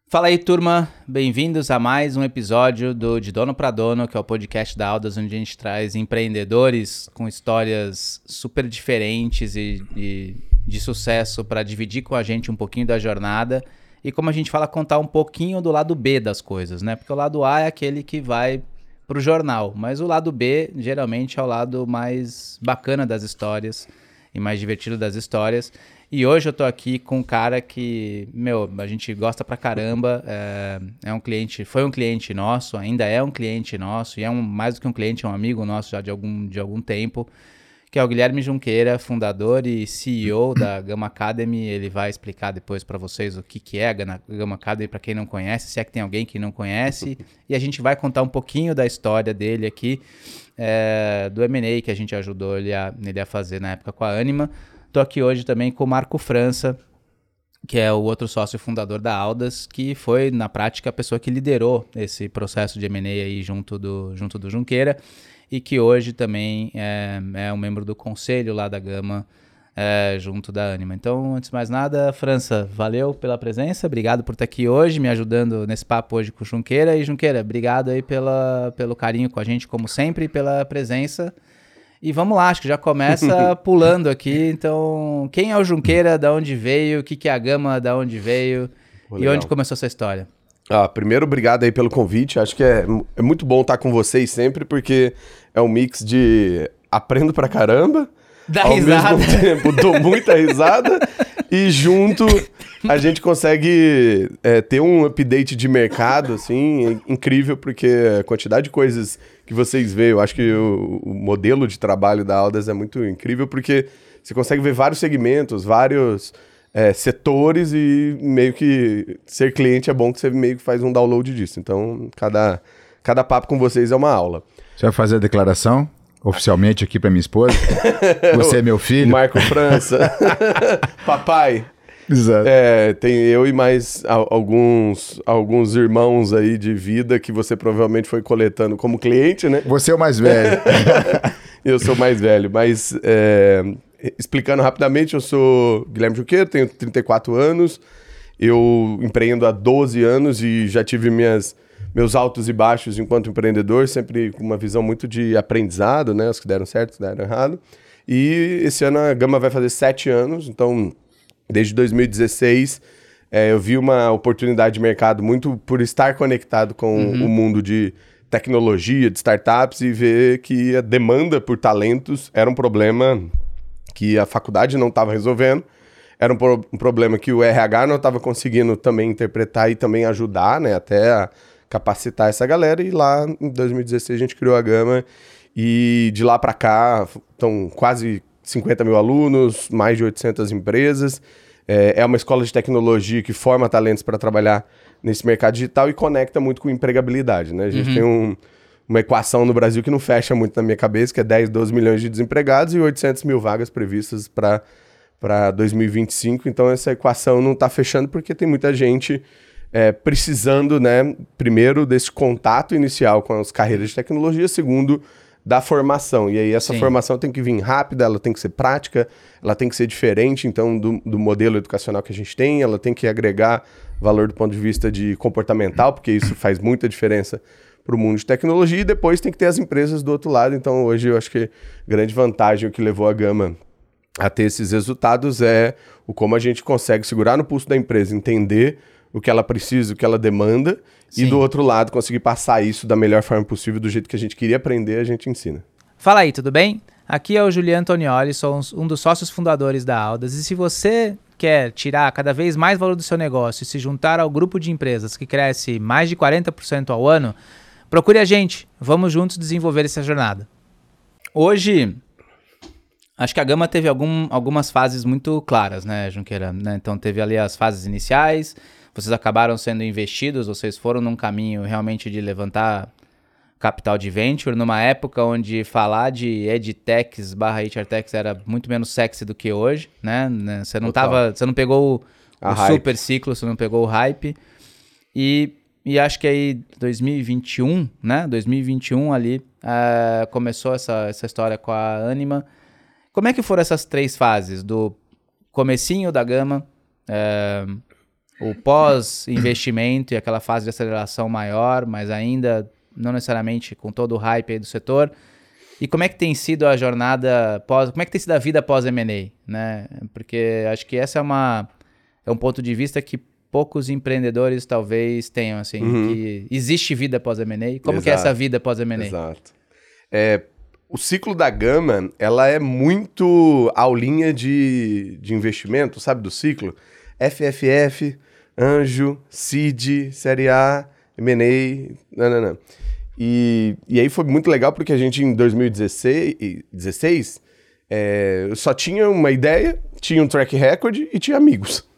Fala aí, turma. Bem-vindos a mais um episódio do De Dono para Dono, que é o podcast da Audas, onde a gente traz empreendedores com histórias super diferentes e de sucesso para dividir com a gente um pouquinho da jornada e, como a gente fala, contar um pouquinho do lado B das coisas, né? Porque o lado A é aquele que vai pro jornal, mas o lado B geralmente é o lado mais bacana das histórias e mais divertido das histórias. E hoje eu tô aqui com um cara que, a gente gosta pra caramba, é um cliente, foi um cliente nosso, ainda é um cliente nosso, e mais do que um cliente, é um amigo nosso já de algum tempo, que é o Guilherme Junqueira, fundador e CEO da Gama Academy. Ele vai explicar depois pra vocês o que é a Gama Academy, pra quem não conhece, se é que tem alguém que não conhece, e a gente vai contar um pouquinho da história dele aqui, do M&A que a gente ajudou ele a fazer na época com a Anima. Estou aqui hoje também com o Marco França, que é o outro sócio fundador da Audas, que foi, na prática, a pessoa que liderou esse processo de M&A aí junto do Junqueira, e que hoje também é um membro do conselho lá da Gama, junto da Anima. Então, antes de mais nada, França, valeu pela presença, obrigado por estar aqui hoje, me ajudando nesse papo hoje com o Junqueira. E Junqueira, obrigado aí pelo carinho com a gente, como sempre, pela presença. E vamos lá, acho que já começa pulando aqui. Então, quem é o Junqueira, da onde veio, o que é a Gama, da onde veio e onde começou essa história? Primeiro, obrigado aí pelo convite. Acho que é muito bom estar com vocês sempre, porque é um mix de aprendo pra caramba, Dá ao risada. mesmo tempo dou muita risada, e junto a gente consegue ter um update de mercado, assim, incrível, porque a quantidade de coisas que vocês veem, eu acho que o modelo de trabalho da Audas é muito incrível, porque você consegue ver vários segmentos, vários setores, e meio que ser cliente é bom que você meio que faz um download disso. Então, cada papo com vocês é uma aula. Você vai fazer a declaração oficialmente aqui para minha esposa? Você é meu filho? Marco França. Papai. Exato. Tem eu e mais alguns irmãos aí de vida que você provavelmente foi coletando como cliente, né? Você é o mais velho. Eu sou mais velho, mas explicando rapidamente, eu sou Guilherme Junqueira, tenho 34 anos, eu empreendo há 12 anos e já tive meus altos e baixos enquanto empreendedor, sempre com uma visão muito de aprendizado, né? Os que deram certo, os que deram errado. E esse ano a Gama vai fazer 7 anos, então desde 2016 eu vi uma oportunidade de mercado muito por estar conectado com o mundo de tecnologia, de startups, e ver que a demanda por talentos era um problema que a faculdade não estava resolvendo, era um problema que o RH não estava conseguindo também interpretar e também ajudar, né, até a capacitar essa galera. E lá em 2016 a gente criou a Gama, e de lá para cá estão quase 50 mil alunos, mais de 800 empresas. É uma escola de tecnologia que forma talentos para trabalhar nesse mercado digital e conecta muito com empregabilidade, né? A gente tem uma equação no Brasil que não fecha muito na minha cabeça, que é 10, 12 milhões de desempregados e 800 mil vagas previstas para 2025. Então essa equação não está fechando porque tem muita gente precisando, né, primeiro, desse contato inicial com as carreiras de tecnologia, segundo, da formação. E aí essa formação tem que vir rápida, ela tem que ser prática, ela tem que ser diferente, então, do modelo educacional que a gente tem, ela tem que agregar valor do ponto de vista de comportamental, porque isso faz muita diferença para o mundo de tecnologia, e depois tem que ter as empresas do outro lado. Então, hoje, eu acho que a grande vantagem, o que levou a Gama a ter esses resultados, é o como a gente consegue segurar no pulso da empresa, entender o que ela precisa, o que ela demanda, e do outro lado conseguir passar isso da melhor forma possível, do jeito que a gente queria aprender, a gente ensina. Fala aí, tudo bem? Aqui é o Juliano Antonioli, sou um dos sócios fundadores da Audas, e se você quer tirar cada vez mais valor do seu negócio e se juntar ao grupo de empresas que cresce mais de 40% ao ano, procure a gente, vamos juntos desenvolver essa jornada. Hoje, acho que a Gama teve algumas fases muito claras, né, Junqueira? Então teve ali as fases iniciais, vocês acabaram sendo investidos, vocês foram num caminho realmente de levantar capital de venture, numa época onde falar de edtechs / HRtechs era muito menos sexy do que hoje, né? Você não pegou o super ciclo, você não pegou o hype. E acho que aí 2021, né? 2021 ali começou essa história com a Anima. Como é que foram essas 3 fases? Do comecinho da Gama, o pós-investimento e aquela fase de aceleração maior, mas ainda não necessariamente com todo o hype aí do setor. E como é que tem sido a jornada como é que tem sido a vida pós-M&A, né? Porque acho que essa é um ponto de vista que poucos empreendedores talvez tenham, assim, que existe vida pós-M&A. Como que é essa vida pós-M&A? Exato. O ciclo da Gama, ela é muito aulinha de investimento, sabe, do ciclo? FFF, Anjo, Seed, Série A, M&A, não. E aí foi muito legal porque a gente, em 2016, só tinha uma ideia, tinha um track record e tinha amigos.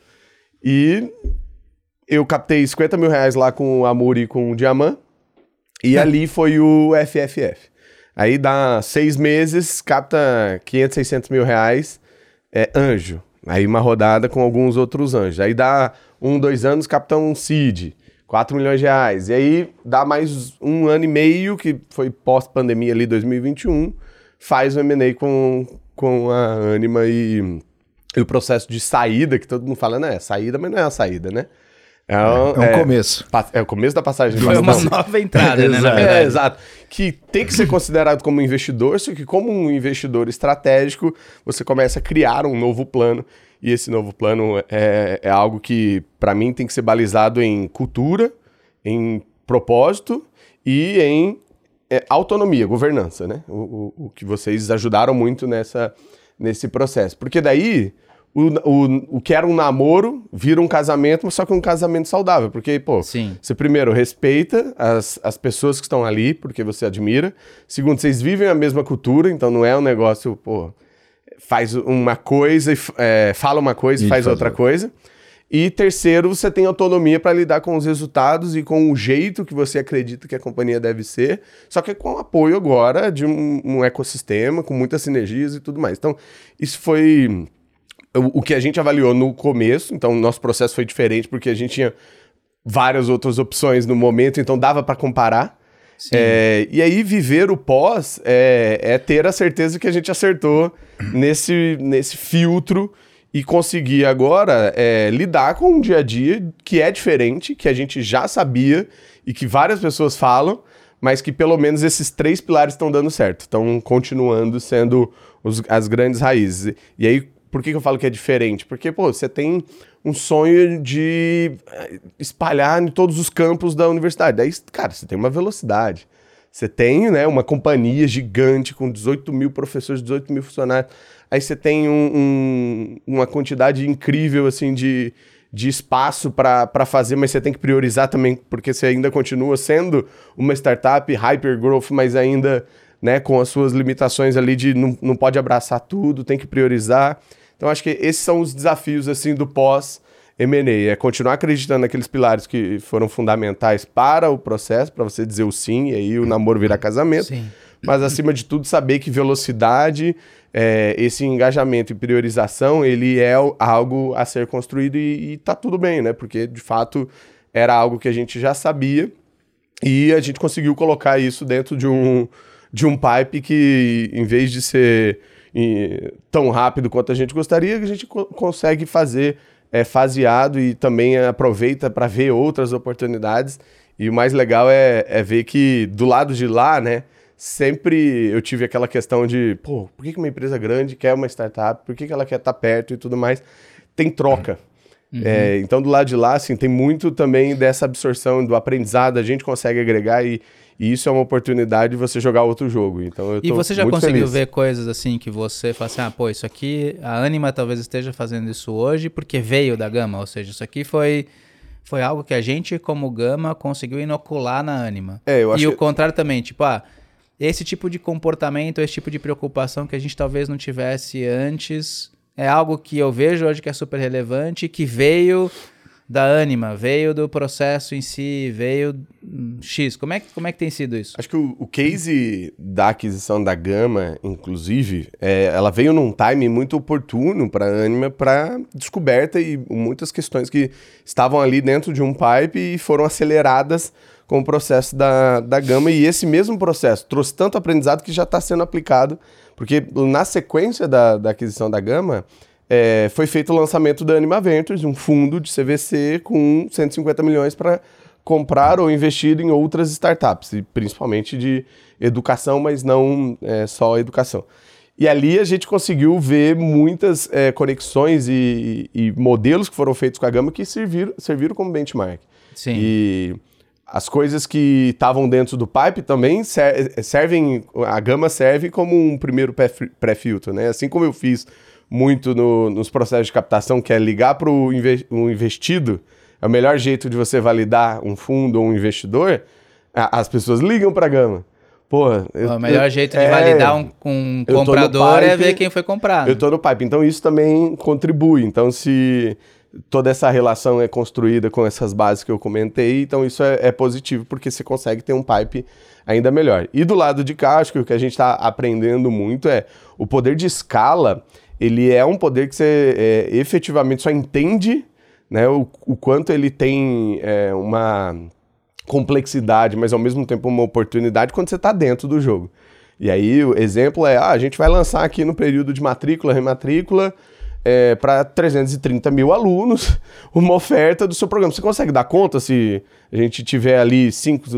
E eu captei 50 mil reais lá com o Amor e com o Diamant, e ali foi o FFF. Aí dá 6 meses, capta 500, 600 mil reais, Anjo. Aí uma rodada com alguns outros anjos. Aí dá 1, 2 anos, capta um Seed, 4 milhões de reais. E aí dá mais 1 ano e meio, que foi pós-pandemia ali, 2021, faz o M&A com a Anima e o processo de saída, que todo mundo fala, né? Saída, mas não é a saída, né? É um começo. É o começo da passagem. Foi uma nova entrada, né? Na verdade. Exato. Que tem que ser considerado como investidor, só que como um investidor estratégico, você começa a criar um novo plano. E esse novo plano é algo que, para mim, tem que ser balizado em cultura, em propósito e em autonomia, governança, né? O que vocês ajudaram muito nesse processo. Porque daí, o que era um namoro vira um casamento, só que um casamento saudável. Porque, você primeiro respeita as pessoas que estão ali, porque você admira. Segundo, vocês vivem a mesma cultura, então não é um negócio, faz uma coisa, fala uma coisa e faz outra coisa. E terceiro, você tem autonomia para lidar com os resultados e com o jeito que você acredita que a companhia deve ser, só que com apoio agora de um ecossistema, com muitas sinergias e tudo mais. Então, isso foi o que a gente avaliou no começo. Então, o nosso processo foi diferente porque a gente tinha várias outras opções no momento, então dava para comparar. E aí, viver o pós é ter a certeza que a gente acertou nesse filtro e conseguir agora lidar com um dia a dia que é diferente, que a gente já sabia e que várias pessoas falam, mas que pelo menos esses 3 pilares estão dando certo, estão continuando sendo as grandes raízes. E aí, por que eu falo que é diferente? Porque, você tem um sonho de espalhar em todos os campos da universidade. Daí, cara, você tem uma velocidade. Você tem, né, uma companhia gigante com 18 mil professores, 18 mil funcionários. Aí você tem uma quantidade incrível, assim, de espaço para fazer, mas você tem que priorizar também, porque você ainda continua sendo uma startup hypergrowth, mas ainda, né, com as suas limitações ali de não pode abraçar tudo, tem que priorizar. Então, acho que esses são os desafios, assim, do pós-M&A. É continuar acreditando naqueles pilares que foram fundamentais para o processo, para você dizer o sim, e aí o namoro virar casamento. Sim. Mas, acima de tudo, saber que velocidade, esse engajamento e priorização, ele é algo a ser construído e tá tudo bem, né? Porque, de fato, era algo que a gente já sabia e a gente conseguiu colocar isso dentro de um pipe que, em vez de ser tão rápido quanto a gente gostaria, a gente consegue fazer faseado e também aproveita para ver outras oportunidades. E o mais legal é ver que do lado de lá, né, sempre eu tive aquela questão de, por que uma empresa grande quer uma startup? Por que ela quer estar perto e tudo mais? Tem troca. Então, do lado de lá, assim, tem muito também dessa absorção do aprendizado, a gente consegue agregar e isso é uma oportunidade de você jogar outro jogo. Então, eu tô E você já muito conseguiu feliz. ver coisas assim que você fala assim, isso aqui, a Anima talvez esteja fazendo isso hoje porque veio da Gama, ou seja, isso aqui foi algo que a gente, como Gama, conseguiu inocular na Anima. Eu acho e o que... contrário também, esse tipo de comportamento, esse tipo de preocupação que a gente talvez não tivesse antes, é algo que eu vejo hoje que é super relevante, que veio da Anima, veio do processo em si, veio X. Como é que tem sido isso? Acho que o case da aquisição da Gama, inclusive, ela veio num time muito oportuno para a Anima, para descoberta e muitas questões que estavam ali dentro de um pipe e foram aceleradas com o processo da Gama. E esse mesmo processo trouxe tanto aprendizado que já está sendo aplicado, porque na sequência da aquisição da Gama, foi feito o lançamento da Anima Ventures, um fundo de CVC com 150 milhões para comprar ou investir em outras startups, e principalmente de educação, mas não só educação. E ali a gente conseguiu ver muitas conexões e modelos que foram feitos com a Gama que serviram como benchmark. Sim. E as coisas que estavam dentro do pipe também servem, a Gama serve como um primeiro pré-filtro, né? Assim como eu fiz muito nos processos de captação, que é ligar para o investido, é o melhor jeito de você validar um fundo ou um investidor, as pessoas ligam para a Gama. O melhor jeito de validar um comprador é ver quem foi comprar. Eu estou no pipe, então isso também contribui. Então, se toda essa relação é construída com essas bases que eu comentei, então isso é positivo, porque você consegue ter um pipe ainda melhor. E do lado de cá, acho que o que a gente está aprendendo muito é o poder de escala, ele é um poder que você efetivamente só entende, né, o quanto ele tem uma complexidade, mas ao mesmo tempo uma oportunidade quando você está dentro do jogo. E aí o exemplo a gente vai lançar aqui no período de matrícula, rematrícula, para 330 mil alunos, uma oferta do seu programa. Você consegue dar conta se a gente tiver ali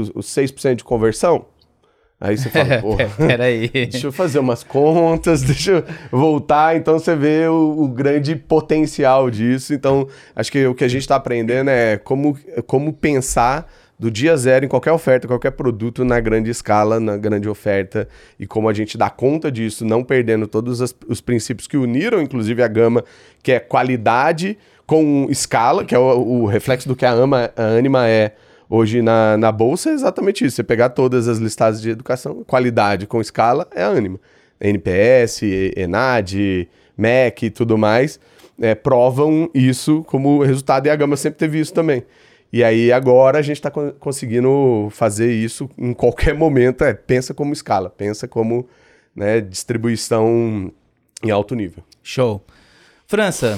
6% de conversão? Aí você fala, peraí. Deixa eu fazer umas contas, deixa eu voltar. Então você vê o grande potencial disso. Então acho que o que a gente está aprendendo é como pensar do dia zero em qualquer oferta, qualquer produto na grande escala, na grande oferta, e como a gente dá conta disso, não perdendo todos os princípios que uniram, inclusive a Gama, que é qualidade com escala, que é o reflexo do que a Anima é hoje na Bolsa, é exatamente isso. Você pegar todas as listagens de educação, qualidade com escala é a Anima. NPS, ENAD, MEC e tudo mais, provam isso como resultado, e a Gama sempre teve isso também. E aí agora a gente está conseguindo fazer isso em qualquer momento. Pensa como escala, pensa como, né, distribuição em alto nível. Show. França,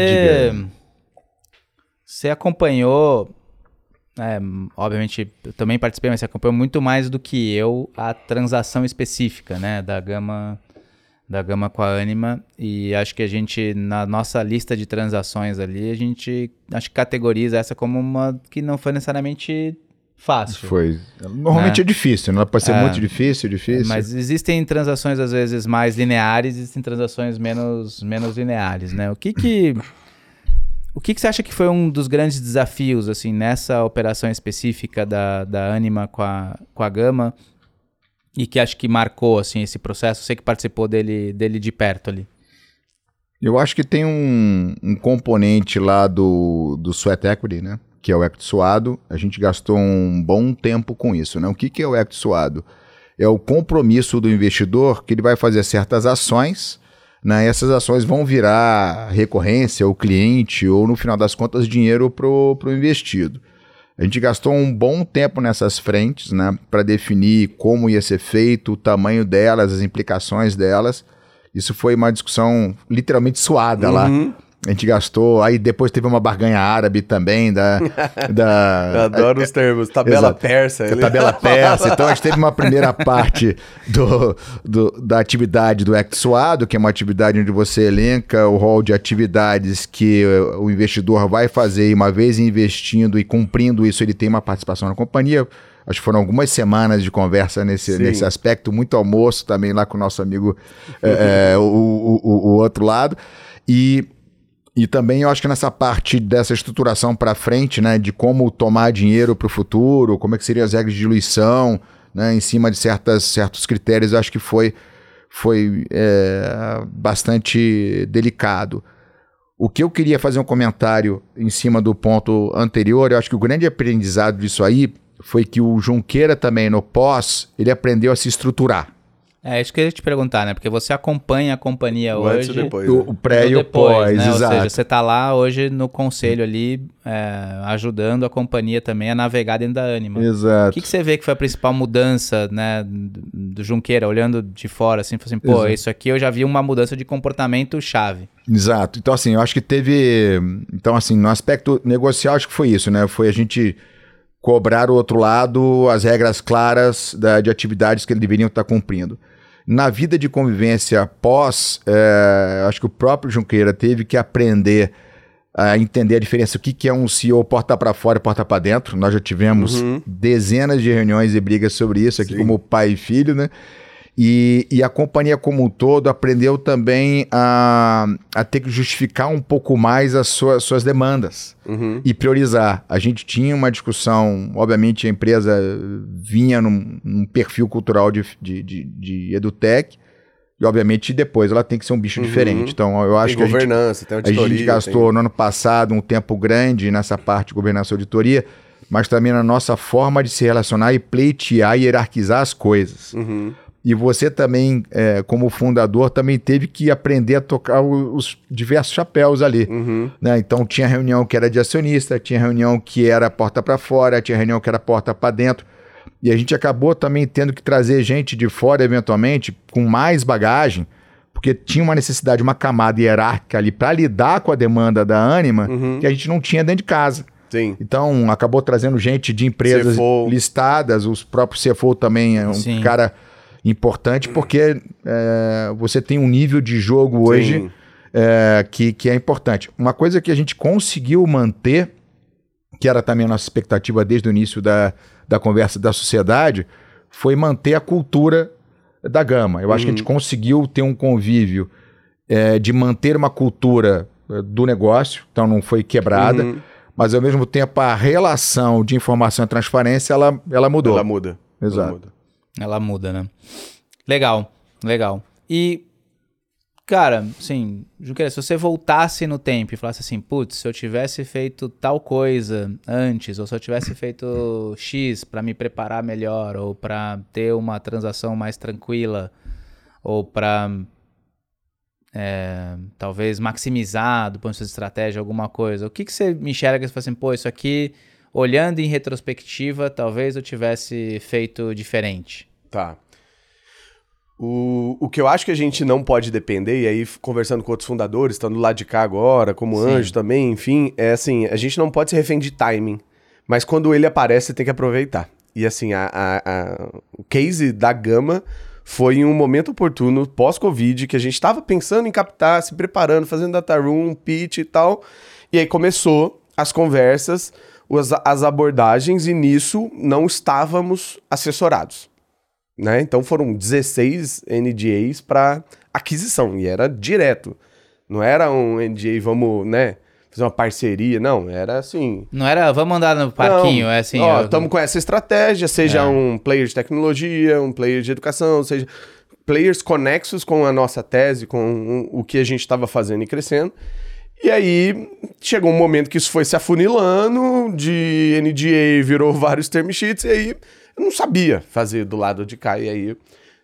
você acompanhou, obviamente eu também participei, mas você acompanhou muito mais do que eu a transação específica, né, da Gama com a Anima, e acho que a gente, na nossa lista de transações ali, a gente acho que categoriza essa como uma que não foi necessariamente fácil. Foi. Normalmente é difícil, não pode ser muito difícil. Mas existem transações às vezes mais lineares, existem transações menos lineares, né? O que você acha que foi um dos grandes desafios, assim, nessa operação específica da Anima com a Gama, e que acho que marcou, assim, esse processo? Você que participou dele de perto ali. Eu acho que tem um componente lá do Sweat Equity, né? Que é o equity suado. A gente gastou um bom tempo com isso, né? O que é o equity suado? É o compromisso do investidor que ele vai fazer certas ações, né? E essas ações vão virar recorrência, ou cliente, ou no final das contas, dinheiro pro investido. A gente gastou um bom tempo nessas frentes, né, para definir como ia ser feito, o tamanho delas, as implicações delas. Isso foi uma discussão literalmente suada lá. A gente gastou, aí depois teve uma barganha árabe também Eu adoro os termos, tabela persa. Tabela persa. Então a gente teve uma primeira parte da atividade do equity suado, que é uma atividade onde você elenca o rol de atividades que o investidor vai fazer, e uma vez investindo e cumprindo isso, ele tem uma participação na companhia. Acho que foram algumas semanas de conversa nesse aspecto, muito almoço também lá com o nosso amigo, o outro lado. E também eu acho que nessa parte dessa estruturação para frente, né, de como tomar dinheiro para o futuro, como é que seriam as regras de diluição, né, em cima de certos critérios, eu acho que foi bastante delicado. O que eu queria fazer um comentário em cima do ponto anterior, eu acho que o grande aprendizado disso aí foi que o Junqueira também no pós, ele aprendeu a se estruturar. É isso que eu ia te perguntar, né? Porque você acompanha a companhia hoje... Depois, o pré e o pós, né? exato. Ou seja, você está lá hoje no conselho ali, ajudando a companhia também a navegar dentro da Anima. Exato. O que você vê que foi a principal mudança, né, do Junqueira, olhando de fora, assim, assim, pô, exato, isso aqui eu já vi uma mudança de comportamento chave. Exato. Então, assim, eu acho que teve... Então, assim, no aspecto negocial, acho que foi isso, né? Foi a gente cobrar o outro lado as regras claras de atividades que eles deveriam estar cumprindo. Na vida de convivência pós, acho que o próprio Junqueira teve que aprender a entender a diferença, o que é um CEO porta para fora e porta para dentro. Nós já tivemos dezenas de reuniões e brigas sobre isso aqui, como pai e filho, né? E a companhia como um todo aprendeu também a ter que justificar um pouco mais as suas demandas e priorizar. A gente tinha uma discussão, obviamente a empresa vinha num perfil cultural de EduTech, e obviamente depois ela tem que ser um bicho diferente. Então eu acho que tem a gente gastou no ano passado um tempo grande nessa parte de governança e auditoria, mas também na nossa forma de se relacionar e pleitear e hierarquizar as coisas. E você também, como fundador, também teve que aprender a tocar os diversos chapéus ali. Né? Então tinha reunião que era de acionista, tinha reunião que era porta para fora, tinha reunião que era porta para dentro. E a gente acabou também tendo que trazer gente de fora, eventualmente, com mais bagagem, porque tinha uma necessidade, uma camada hierárquica ali para lidar com a demanda da Ânima que a gente não tinha dentro de casa. Sim. Então acabou trazendo gente de empresas CFO. listadas, os próprios CFO também é um cara importante, porque você tem um nível de jogo hoje que é importante. Uma coisa que a gente conseguiu manter, que era também a nossa expectativa desde o início da conversa da sociedade, foi manter a cultura da Gama. Eu acho que a gente conseguiu ter um convívio de manter uma cultura do negócio, então não foi quebrada, mas ao mesmo tempo a relação de informação e transparência, ela mudou. Ela muda. Exato. Ela muda, né? Legal. E, cara, assim, Junqueira, se você voltasse no tempo e falasse assim, putz, se eu tivesse feito tal coisa antes, ou se eu tivesse feito X para me preparar melhor, ou para ter uma transação mais tranquila, ou para talvez maximizar do ponto de vista de estratégia alguma coisa, o que você me enxerga que você fala assim, pô, isso aqui, olhando em retrospectiva, talvez eu tivesse feito diferente? Tá. O que eu acho que a gente não pode depender, e aí conversando com outros fundadores, estando do lado de cá agora, como Anjo também, enfim, é assim, a gente não pode se refém de timing, mas quando ele aparece, você tem que aproveitar. E assim, o case da Gama foi em um momento oportuno, pós-Covid, que a gente estava pensando em captar, se preparando, fazendo data room, pitch e tal, e aí começou as conversas, as abordagens, e nisso não estávamos assessorados. Né? Então foram 16 NDAs para aquisição, e era direto. Não era um NDA, vamos, né, fazer uma parceria, não, era assim... Não era, vamos andar no parquinho, é assim... Estamos com essa estratégia, seja um player de tecnologia, um player de educação, seja players conexos com a nossa tese, com o que a gente estava fazendo e crescendo. E aí chegou um momento que isso foi se afunilando, de NDA virou vários term sheets, e aí eu não sabia fazer do lado de cá, e aí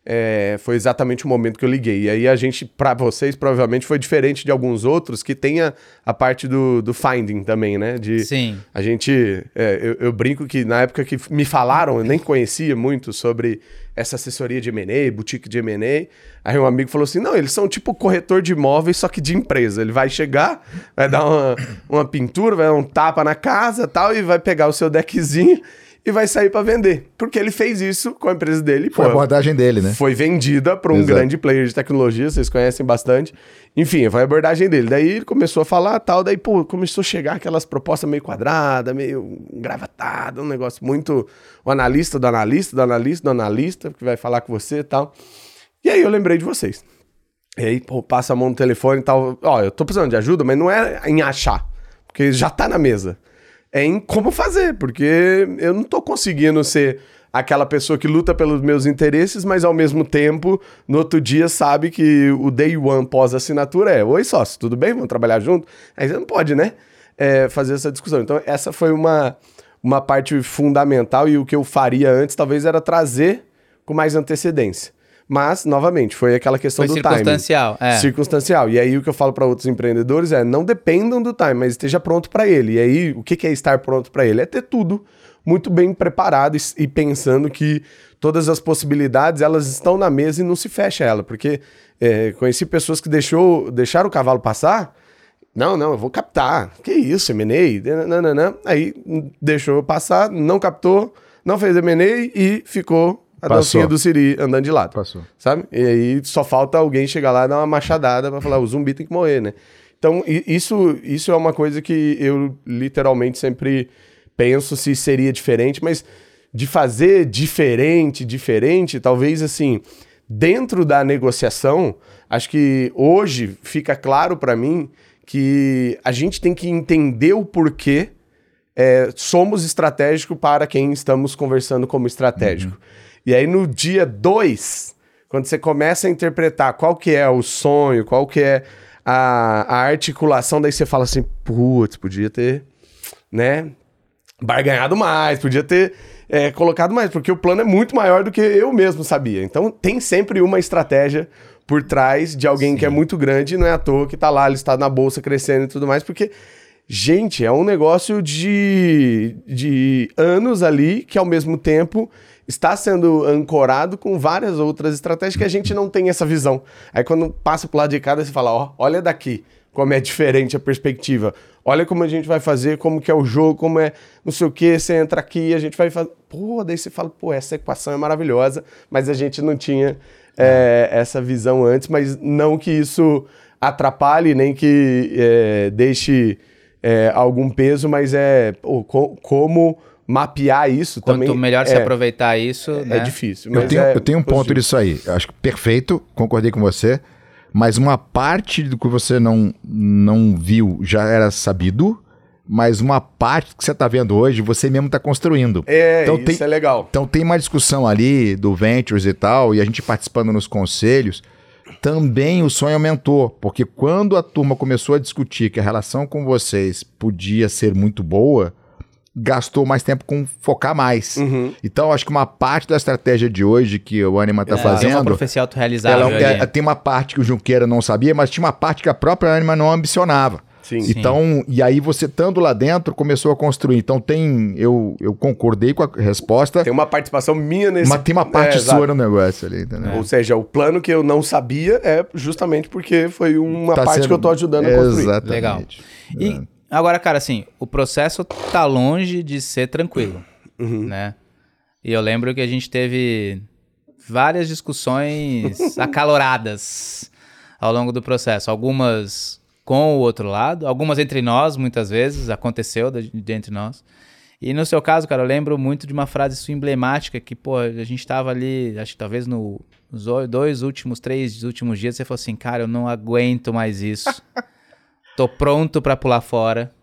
foi exatamente o momento que eu liguei. E aí a gente, para vocês, provavelmente foi diferente de alguns outros que tem a parte do finding também, né? Sim. A gente, eu brinco que na época que me falaram, eu nem conhecia muito sobre essa assessoria de M&A, boutique de M&A, aí um amigo falou assim, não, eles são tipo corretor de imóveis, só que de empresa. Ele vai chegar, vai dar uma pintura, vai dar um tapa na casa e tal, e vai pegar o seu deckzinho e vai sair para vender. Porque ele fez isso com a empresa dele. Foi a abordagem dele, né? Foi vendida para um grande player de tecnologia, vocês conhecem bastante. Enfim, foi a abordagem dele. Daí ele começou a falar tal, daí, começou a chegar aquelas propostas meio quadradas, meio engravatadas, um negócio muito... O analista do analista, do analista, do analista, que vai falar com você e tal. E aí eu lembrei de vocês. E aí, passa a mão no telefone e tal. Eu tô precisando de ajuda, mas não é em achar, porque já tá na mesa. É em como fazer, porque eu não tô conseguindo ser aquela pessoa que luta pelos meus interesses, mas ao mesmo tempo, no outro dia, sabe que o day one pós-assinatura é: oi, sócio, tudo bem? Vamos trabalhar junto? Aí você não pode, né? Fazer essa discussão. Então, essa foi uma parte fundamental, e o que eu faria antes talvez era trazer com mais antecedência. Mas, novamente, foi aquela questão do circunstancial, timing. Circunstancial. E aí o que eu falo para outros empreendedores é: não dependam do time, mas esteja pronto para ele. E aí, o que é estar pronto para ele? É ter tudo muito bem preparado e pensando que todas as possibilidades, elas estão na mesa e não se fecha ela. Porque conheci pessoas que deixaram o cavalo passar. Não, eu vou captar. Que isso, M&A? Aí deixou passar, não captou, não fez M&A e ficou a Passou. dancinha do Siri andando de lado. Passou. Sabe? E aí só falta alguém chegar lá e dar uma machadada pra falar, o zumbi tem que morrer, né? Então, isso é uma coisa que eu literalmente sempre penso se seria diferente, mas de fazer diferente, talvez assim, dentro da negociação, acho que hoje fica claro pra mim que a gente tem que entender o porquê somos estratégicos para quem estamos conversando como estratégico. E aí no dia 2, quando você começa a interpretar qual que é o sonho, qual que é a articulação, daí você fala assim, putz, podia ter, né, barganhado mais, podia ter colocado mais, porque o plano é muito maior do que eu mesmo sabia. Então tem sempre uma estratégia por trás de alguém que é muito grande, e não é à toa que tá lá listado na bolsa, crescendo e tudo mais, porque, gente, é um negócio de anos ali que ao mesmo tempo está sendo ancorado com várias outras estratégias que a gente não tem essa visão. Aí quando passa pro lado de cada, você fala, ó, olha daqui como é diferente a perspectiva. Olha como a gente vai fazer, como que é o jogo, como é não sei o que, você entra aqui, a gente vai fazer... Pô, daí você fala, pô, essa equação é maravilhosa, mas a gente não tinha essa visão antes, mas não que isso atrapalhe, nem que deixe algum peso, mas como mapear isso também. Quanto melhor se aproveitar isso, né? É difícil. Mas Eu tenho um ponto nisso aí. Eu acho que perfeito, concordei com você. Mas uma parte do que você não viu já era sabido, mas uma parte que você está vendo hoje, você mesmo está construindo. Então, isso é legal. Então tem uma discussão ali do Ventures e tal, e a gente participando nos conselhos, também o sonho aumentou, porque quando a turma começou a discutir que a relação com vocês podia ser muito boa, gastou mais tempo com focar mais. Então, acho que uma parte da estratégia de hoje que o Anima está fazendo... É uma profecia autorrealizável. Tem uma parte que o Junqueira não sabia, mas tinha uma parte que a própria Anima não ambicionava. Sim. Então, e aí você estando lá dentro, começou a construir. Então eu concordei com a resposta. Tem uma participação minha nesse... Mas tem uma parte sua no negócio ali, entendeu? Ou seja, o plano que eu não sabia é justamente porque foi uma parte que eu tô ajudando a construir. Exatamente. Legal. E agora, cara, assim, o processo tá longe de ser tranquilo, né? E eu lembro que a gente teve várias discussões acaloradas ao longo do processo. Algumas com o outro lado, algumas entre nós, muitas vezes, aconteceu entre nós. E no seu caso, cara, eu lembro muito de uma frase sua emblemática que, pô, a gente tava ali, acho que talvez nos 3 últimos dias, você falou assim, cara, eu não aguento mais isso. Tô pronto pra pular fora.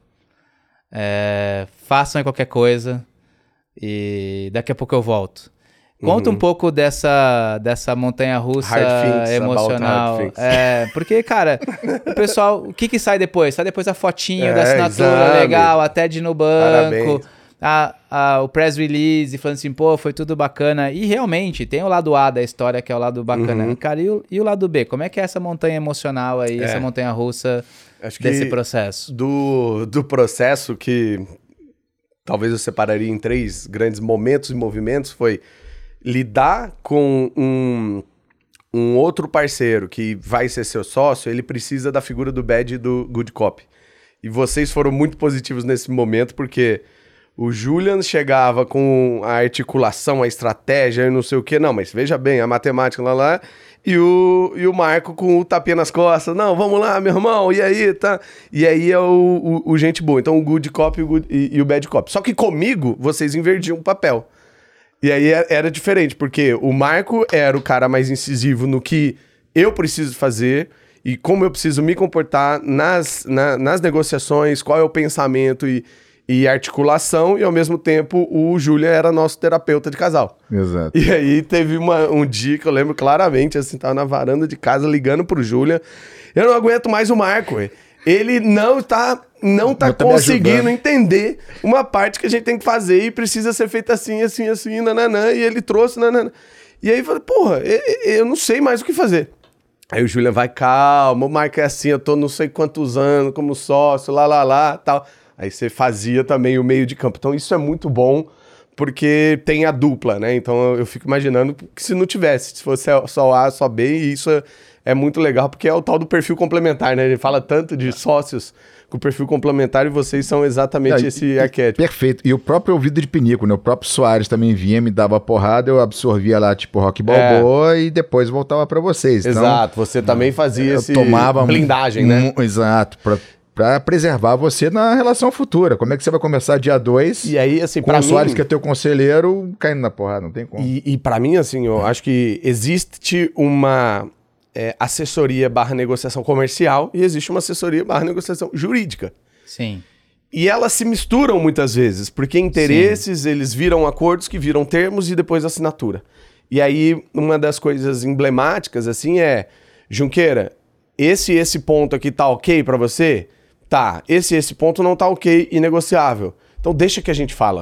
Façam qualquer coisa e daqui a pouco eu volto. Conta um pouco dessa montanha-russa emocional. Porque, cara, o pessoal... O que sai depois? Sai depois a fotinho da assinatura legal, até de ir no banco. O press release, falando assim, pô, foi tudo bacana. E realmente, tem o lado A da história, que é o lado bacana. Cara, e o lado B? Como é que é essa montanha emocional aí, essa montanha-russa desse processo? Do processo que talvez eu separaria em 3 grandes momentos e movimentos foi... lidar com um outro parceiro que vai ser seu sócio, ele precisa da figura do bad e do good cop. E vocês foram muito positivos nesse momento, porque o Julian chegava com a articulação, a estratégia e não sei o quê. Não, mas veja bem, a matemática lá. E o Marco com o tapinha nas costas. Não, vamos lá, meu irmão, e aí, tá? E aí é o gente boa. Então o good cop e o bad cop. Só que comigo, vocês invertiam o papel. E aí era diferente, porque o Marco era o cara mais incisivo no que eu preciso fazer e como eu preciso me comportar nas negociações, qual é o pensamento e articulação, e ao mesmo tempo o Julian era nosso terapeuta de casal. Exato. E aí teve um dia que eu lembro claramente, assim, tava na varanda de casa ligando pro Julian, eu não aguento mais o Marco, ele não tá conseguindo entender uma parte que a gente tem que fazer e precisa ser feita assim, assim, assim, nananã, e ele trouxe, nananã. E aí eu falei, porra, eu não sei mais o que fazer. Aí o Julian vai, calma, o Marco é assim, eu tô não sei quantos anos como sócio, tal. Aí você fazia também o meio de campo. Então isso é muito bom, porque tem a dupla, né? Então eu fico imaginando que se não tivesse, se fosse só A, só B, e isso é muito legal, porque é o tal do perfil complementar, né? Ele fala tanto de sócios com perfil complementar e vocês são exatamente esse arquétipo. Perfeito. E o próprio ouvido de pinico, né? O próprio Soares também vinha, me dava porrada, eu absorvia lá, tipo, Rock Balboa e depois voltava pra vocês. Então, exato, você também fazia esse tomava blindagem, né? Exato, pra preservar você na relação futura. Como é que você vai começar dia 2 e aí, assim, com o Soares, que é teu conselheiro, caindo na porrada? Não tem como. E pra mim, assim, eu acho que existe uma assessoria / negociação comercial e existe uma assessoria / negociação jurídica. Sim. E elas se misturam muitas vezes, porque interesses, eles viram acordos que viram termos e depois assinatura. E aí, uma das coisas emblemáticas, assim, Junqueira, esse ponto aqui tá ok pra você? Tá, esse ponto não tá ok e negociável. Então deixa que a gente fala.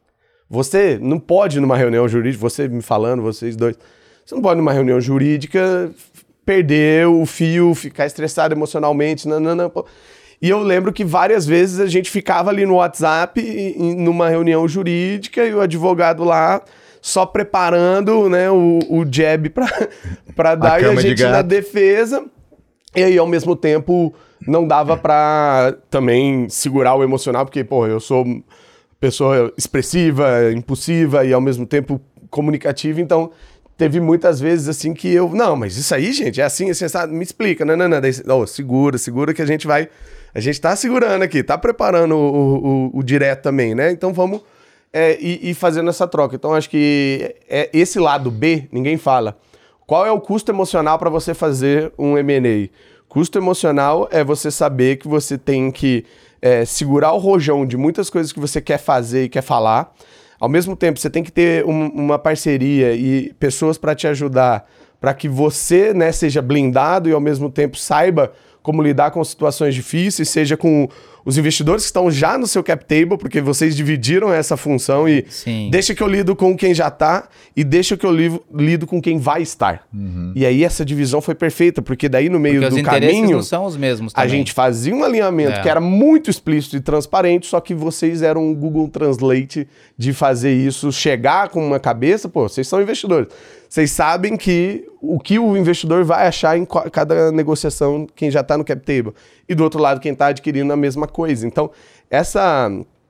Você não pode, numa reunião jurídica, você me falando, vocês dois, você não pode, numa reunião jurídica, perder o fio, ficar estressado emocionalmente, não. E eu lembro que várias vezes a gente ficava ali no WhatsApp, numa reunião jurídica, e o advogado lá só preparando, né, o jab pra dar e a gente na defesa. E aí, ao mesmo tempo, não dava pra também segurar o emocional, porque, pô, eu sou pessoa expressiva, impulsiva e, ao mesmo tempo, comunicativa, então teve muitas vezes assim que eu... Não, mas isso aí, gente, é assim, sabe? Me explica. Não. Daí, segura que a gente vai... A gente tá segurando aqui, tá preparando o direto também, né? Então vamos ir fazendo essa troca. Então acho que esse lado B, ninguém fala. Qual é o custo emocional para você fazer um M&A? Custo emocional é você saber que você tem que segurar o rojão de muitas coisas que você quer fazer e quer falar. Ao mesmo tempo, você tem que ter uma parceria e pessoas para te ajudar, para que você, né, seja blindado e ao mesmo tempo saiba como lidar com situações difíceis, seja com os investidores que estão já no seu cap table, porque vocês dividiram essa função e Sim. Deixa que eu lido com quem já está e deixa que eu lido com quem vai estar. Uhum. E aí essa divisão foi perfeita, porque daí no meio do caminho... não são os mesmos também. A gente fazia um alinhamento que era muito explícito e transparente, só que vocês eram um Google Translate de fazer isso, chegar com uma cabeça, pô, vocês são investidores. Vocês sabem o que o investidor vai achar em cada negociação, quem já está no cap table. E do outro lado, quem está adquirindo a mesma coisa. Então, essa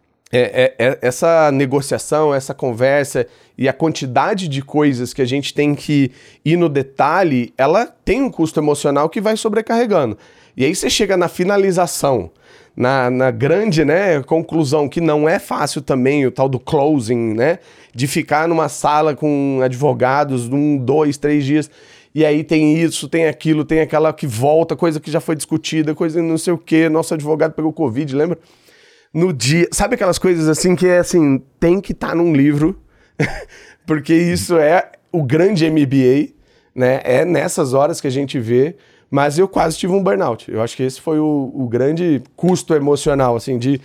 negociação, essa conversa e a quantidade de coisas que a gente tem que ir no detalhe, ela tem um custo emocional que vai sobrecarregando. E aí você chega na finalização, na grande, né, conclusão, que não é fácil também, o tal do closing, né, de ficar numa sala com advogados 1, 2, 3 dias, e aí tem isso, tem aquilo, tem aquela que volta, coisa que já foi discutida, coisa não sei o quê, nosso advogado pegou Covid, lembra? No dia, sabe aquelas coisas assim que é assim, tem que estar num livro, porque isso é o grande MBA, né, é nessas horas que a gente vê. Mas eu quase tive um burnout. Eu acho que esse foi o grande custo emocional, assim, de...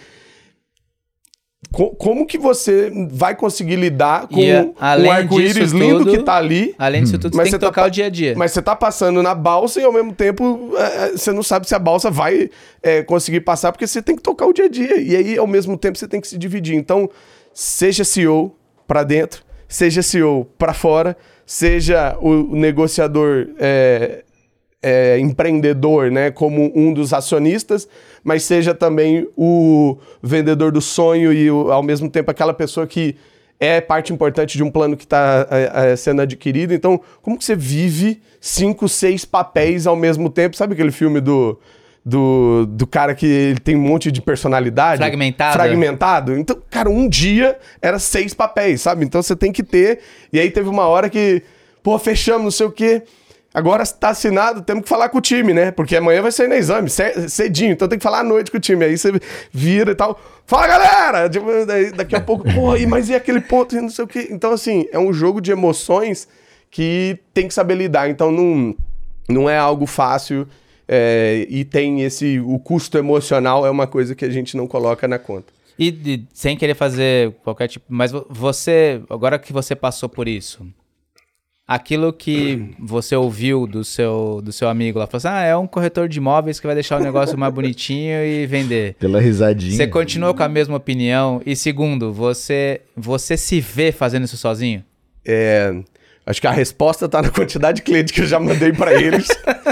Como que você vai conseguir lidar com o arco-íris lindo que tá ali? Além disso tudo, você tem que tocar o dia a dia. Mas você tá passando na balsa e, ao mesmo tempo, você não sabe se a balsa vai conseguir passar, porque você tem que tocar o dia a dia. E aí, ao mesmo tempo, você tem que se dividir. Então, seja CEO pra dentro, seja CEO pra fora, seja o negociador... empreendedor, né, como um dos acionistas, mas seja também o vendedor do sonho e ao mesmo tempo aquela pessoa que é parte importante de um plano que está sendo adquirido. Então, como que você vive 5, 6 papéis ao mesmo tempo? Sabe aquele filme do cara que ele tem um monte de personalidade? Fragmentado. Então, cara, um dia era 6 papéis, sabe? Então você tem que ter... E aí teve uma hora que, pô, fechamos, não sei o quê... Agora está assinado, temos que falar com o time, né? Porque amanhã vai sair no exame, cedinho, então tem que falar à noite com o time. Aí você vira e tal. Fala, galera! Daqui a pouco, pô, mas e aquele ponto? Não sei o quê. Então, assim, é um jogo de emoções que tem que saber lidar. Então, não é algo fácil e tem o custo emocional é uma coisa que a gente não coloca na conta. E sem querer fazer qualquer tipo... Mas você, agora que você passou por isso... Aquilo que você ouviu do seu amigo lá, falou assim, é um corretor de imóveis que vai deixar o negócio mais bonitinho e vender. Pela risadinha. Você continua com a mesma opinião? E segundo, você se vê fazendo isso sozinho? Acho que a resposta tá na quantidade de clientes que eu já mandei para eles.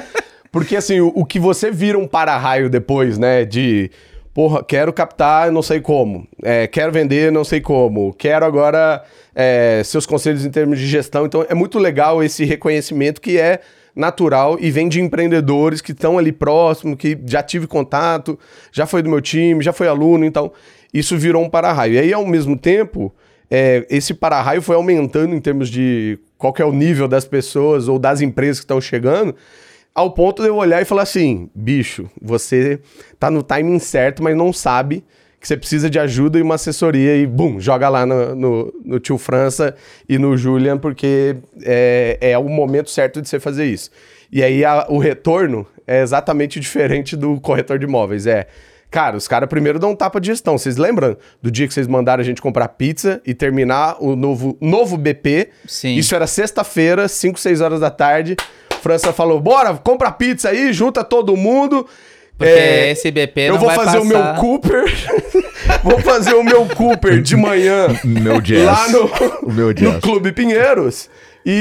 Porque assim, o que você vira um para-raio depois, né, de... Porra, quero captar, não sei como. Quero vender, não sei como. Quero agora seus conselhos em termos de gestão. Então, é muito legal esse reconhecimento que é natural e vem de empreendedores que estão ali próximo, que já tive contato, já foi do meu time, já foi aluno. Então, isso virou um para-raio. E aí, ao mesmo tempo, esse para-raio foi aumentando em termos de qual que é o nível das pessoas ou das empresas que estão chegando, ao ponto de eu olhar e falar assim, bicho, você tá no timing certo, mas não sabe que você precisa de ajuda e uma assessoria e, bum, joga lá no Tio França e no Julian, porque é o momento certo de você fazer isso. E aí o retorno é exatamente diferente do corretor de imóveis. Cara, os caras primeiro dão um tapa de gestão. Vocês lembram do dia que vocês mandaram a gente comprar pizza e terminar o novo BP? Sim. Isso era sexta-feira, 5, 6 horas da tarde. França falou, bora, compra pizza aí, junta todo mundo. Porque esse BP não vai passar. Eu vou fazer o meu Cooper. Vou fazer o meu Cooper de manhã. Meu jazz. Lá meu jazz. no Clube Pinheiros.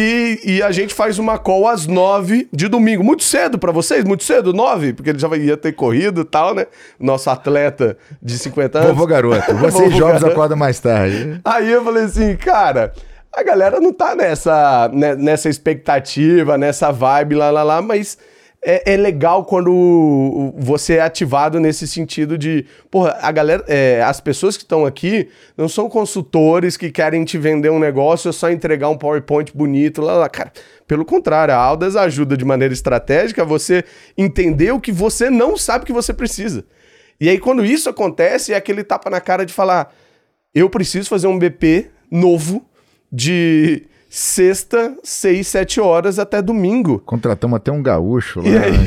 E a gente faz uma call às 9 de domingo. Muito cedo pra vocês? Muito cedo? 9? Porque ele já ia ter corrido e tal, né? Nosso atleta de 50 anos. Vovô garoto. Vocês jovens acordam mais tarde. Aí eu falei assim, cara... A galera não tá nessa expectativa, nessa vibe lá, mas é legal quando você é ativado nesse sentido de... Porra, a galera, as pessoas que estão aqui não são consultores que querem te vender um negócio, é só entregar um PowerPoint bonito, lá. Cara, pelo contrário, a Aldas ajuda de maneira estratégica a você entender o que você não sabe que você precisa. E aí, quando isso acontece, é aquele tapa na cara de falar, eu preciso fazer um BP novo, de sexta, 6, 7 horas até domingo. Contratamos até um gaúcho lá.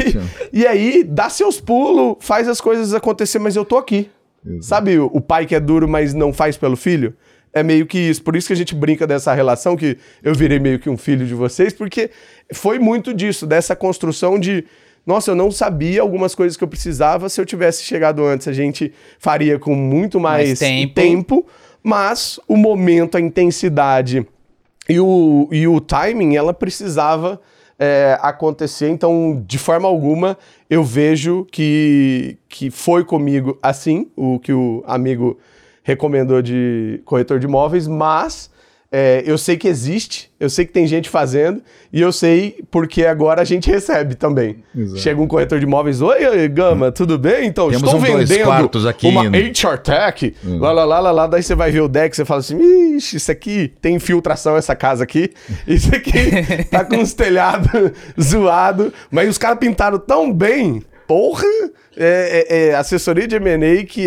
E aí, dá seus pulos, faz as coisas acontecer, mas eu tô aqui. Exato. Sabe o pai que é duro, mas não faz pelo filho? É meio que isso. Por isso que a gente brinca dessa relação, que eu virei meio que um filho de vocês, porque foi muito disso, dessa construção de... Nossa, eu não sabia algumas coisas que eu precisava. Se eu tivesse chegado antes, a gente faria com muito mais tempo. Mas o momento, a intensidade e o timing, ela precisava acontecer. Então, de forma alguma, eu vejo que foi comigo assim, o que o amigo recomendou de corretor de imóveis, mas eu sei que existe, eu sei que tem gente fazendo, e eu sei porque agora a gente recebe também. Exato. Chega um corretor de imóveis, oi, Gama, tudo bem? Então, temos estou vendendo aqui uma HR Tech, lá, daí você vai ver o deck, você fala assim, ixi, isso aqui tem infiltração, essa casa aqui, isso aqui tá com os telhados zoado, mas os caras pintaram tão bem, porra, assessoria de M&A que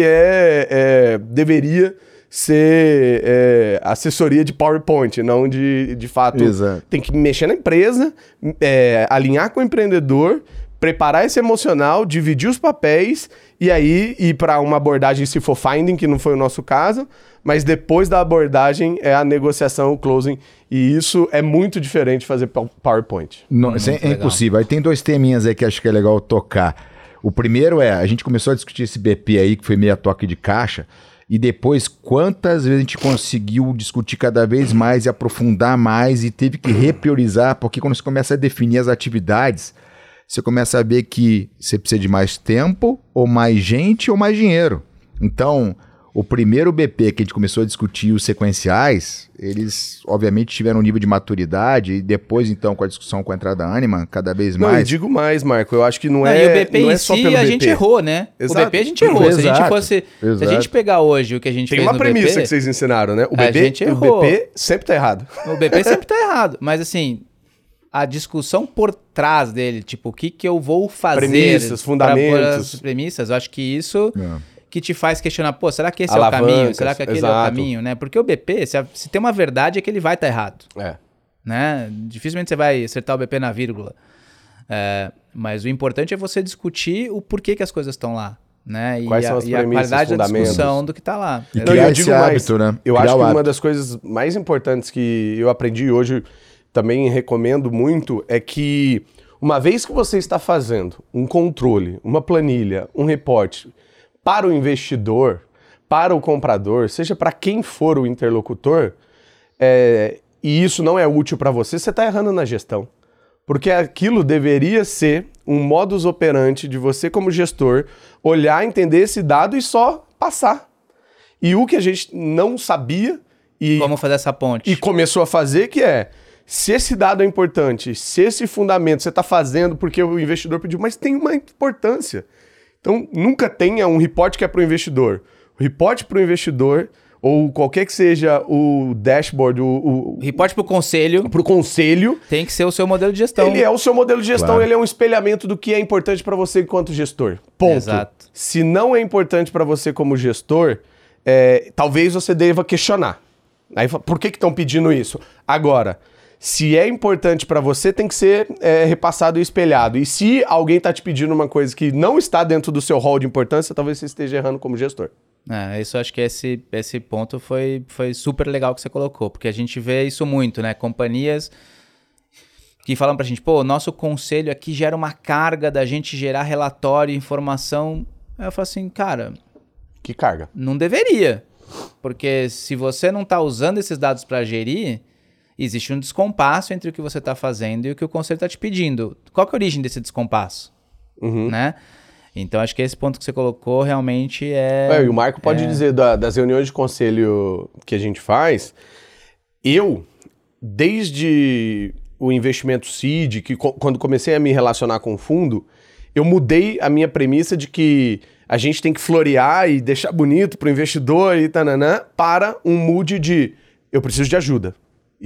deveria ser assessoria de PowerPoint, não de fato. Exato. Tem que mexer na empresa, alinhar com o empreendedor, preparar esse emocional, dividir os papéis e aí ir para uma abordagem se for finding, que não foi o nosso caso, mas depois da abordagem é a negociação, o closing, e isso é muito diferente de fazer PowerPoint. Não, isso é impossível. Aí tem 2 teminhas aí que acho que é legal tocar. O primeiro a gente começou a discutir esse BP aí, que foi meio a toque de caixa, e depois quantas vezes a gente conseguiu discutir cada vez mais e aprofundar mais e teve que repriorizar, porque quando você começa a definir as atividades, você começa a ver que você precisa de mais tempo, ou mais gente, ou mais dinheiro. Então, o primeiro BP que a gente começou a discutir os sequenciais, eles obviamente tiveram um nível de maturidade e depois então com a discussão com a entrada da Anima, cada vez mais... Não, eu digo mais, Marco, eu acho que não e o BP não em é só si, pelo a BP. gente errou, né? Exato. O BP a gente errou. Exato. Se a gente pegar hoje o que a gente tem fez no uma BP... premissa que vocês ensinaram, né? O gente errou. O BP sempre tá errado. O BP sempre tá errado, mas assim... A discussão por trás dele, tipo, o que eu vou fazer... Premissas, fundamentos. As premissas, eu acho que isso que te faz questionar, pô, será que esse é o Alavancas, caminho? Será que aquele é o caminho, né? Porque o BP, se tem uma verdade, é que ele vai estar errado. Né? Dificilmente você vai acertar o BP na vírgula. Mas o importante é você discutir o porquê que as coisas estão lá. Né? Quais são as premissas, a qualidade da fundamentos. discussão do que está lá. E criar esse hábito, né? Eu acho que uma das coisas mais importantes que eu aprendi hoje... também recomendo muito, é que uma vez que você está fazendo um controle, uma planilha, um reporte para o investidor, para o comprador, seja para quem for o interlocutor, e isso não é útil para você, você está errando na gestão. Porque aquilo deveria ser um modus operandi de você como gestor olhar, entender esse dado e só passar. E o que a gente não sabia e Como fazer essa ponte? e começou a fazer, que é, se esse dado é importante, se esse fundamento você está fazendo porque o investidor pediu, mas tem uma importância. Então, nunca tenha um report que é para o investidor. O report para o investidor, ou qualquer que seja o dashboard, o Reporte pro conselho para o conselho, tem que ser o seu modelo de gestão. ele é o seu modelo de gestão, Claro. ele é um espelhamento do que é importante para você enquanto gestor. Ponto. Exato. Se não é importante para você como gestor, talvez você deva questionar. Aí, por que estão pedindo isso? Agora, se é importante para você, tem que ser repassado e espelhado. E se alguém está te pedindo uma coisa que não está dentro do seu rol de importância, talvez você esteja errando como gestor. Isso acho que esse ponto foi super legal que você colocou, porque a gente vê isso muito, né? Companhias que falam pra gente, pô, nosso conselho aqui gera uma carga da gente gerar relatório, informação. Aí eu falo assim, cara, Que carga. não deveria. Porque se você não tá usando esses dados para gerir, existe um descompasso entre o que você tá fazendo e o que o conselho tá te pedindo. Qual que é a origem desse descompasso? Né? Então, acho que esse ponto que você colocou realmente E o Marco pode dizer das reuniões de conselho que a gente faz, desde o investimento seed, que quando comecei a me relacionar com o fundo, eu mudei a minha premissa de que a gente tem que florear e deixar bonito para o investidor e tananã, para um mood de eu preciso de ajuda.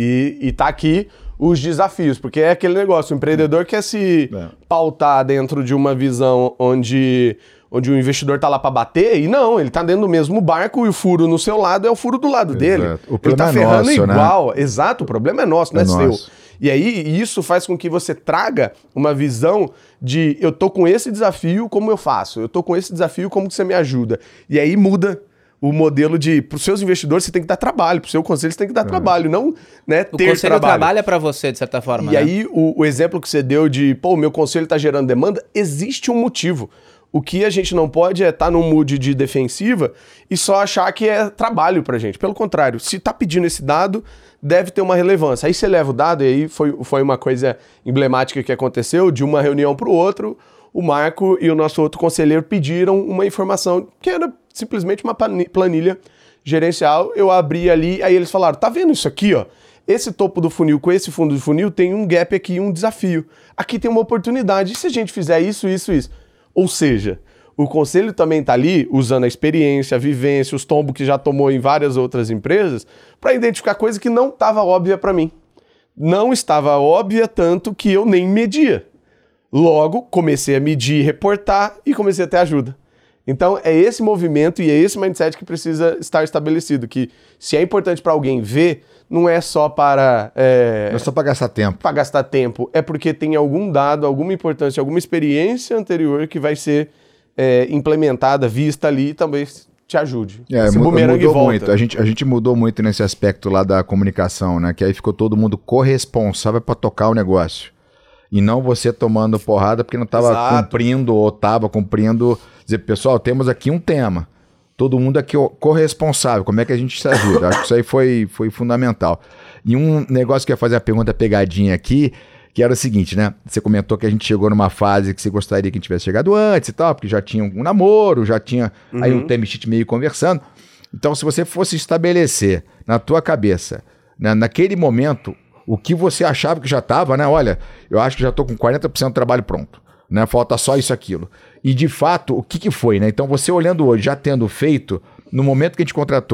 E tá aqui os desafios, porque é aquele negócio, o empreendedor quer se pautar dentro de uma visão onde o investidor tá lá para bater, e não, ele tá dentro do mesmo barco e o furo no seu lado é o furo do lado dele. O problema ele tá é ferrando nosso, igual. Né? Exato, o problema é nosso, não é seu. nosso. E aí, isso faz com que você traga uma visão de eu tô com esse desafio, como eu faço? Eu tô com esse desafio, como que você me ajuda? E aí muda o modelo de, para os seus investidores, você tem que dar trabalho, para o seu conselho você tem que dar trabalho, não O conselho trabalha para você, de certa forma, E né? aí, o exemplo que você deu de, pô, o meu conselho está gerando demanda, existe um motivo. O que a gente não pode é estar num mood de defensiva e só achar que é trabalho pra gente. Pelo contrário, se tá pedindo esse dado, deve ter uma relevância. Aí você leva o dado, e aí foi uma coisa emblemática que aconteceu, de uma reunião pro outro, o Marco e o nosso outro conselheiro pediram uma informação que era simplesmente uma planilha gerencial. Eu abri ali, aí eles falaram, tá vendo isso aqui, ó? Esse topo do funil com esse fundo do funil tem um gap aqui, um desafio. Aqui tem uma oportunidade. E se a gente fizer isso, isso, isso? Ou seja, o conselho também está ali usando a experiência, a vivência, os tombos que já tomou em várias outras empresas para identificar coisa que não estava óbvia para mim. Não estava óbvia tanto que eu nem media. Logo, comecei a medir, reportar e comecei a ter ajuda. Então, é esse movimento e é esse mindset que precisa estar estabelecido, que se é importante para alguém ver, não é só para... Não é só para gastar tempo. Para gastar tempo, é porque tem algum dado, alguma importância, alguma experiência anterior que vai ser implementada, vista ali e também te ajude. Esse bumerangue mudou volta. muito. A gente mudou muito nesse aspecto lá da comunicação, né? Que aí ficou todo mundo corresponsável para tocar o negócio. E não você tomando porrada porque não estava cumprindo ou estava cumprindo. Dizer, pessoal, temos aqui um tema. Todo mundo aqui corresponsável. Como é que a gente se ajuda? Acho que isso aí foi fundamental. E um negócio que eu ia fazer a pergunta pegadinha aqui, que era o seguinte, né? Você comentou que a gente chegou numa fase que você gostaria que a gente tivesse chegado antes e tal, porque já tinha um namoro, já tinha aí um time sheet meio conversando. Então, se você fosse estabelecer na tua cabeça, né, naquele momento, o que você achava que já estava, né? Olha, eu acho que já estou com 40% do trabalho pronto, né? Falta só isso, aquilo. E, de fato, o que foi, né? Então, você olhando hoje, já tendo feito, no momento que a gente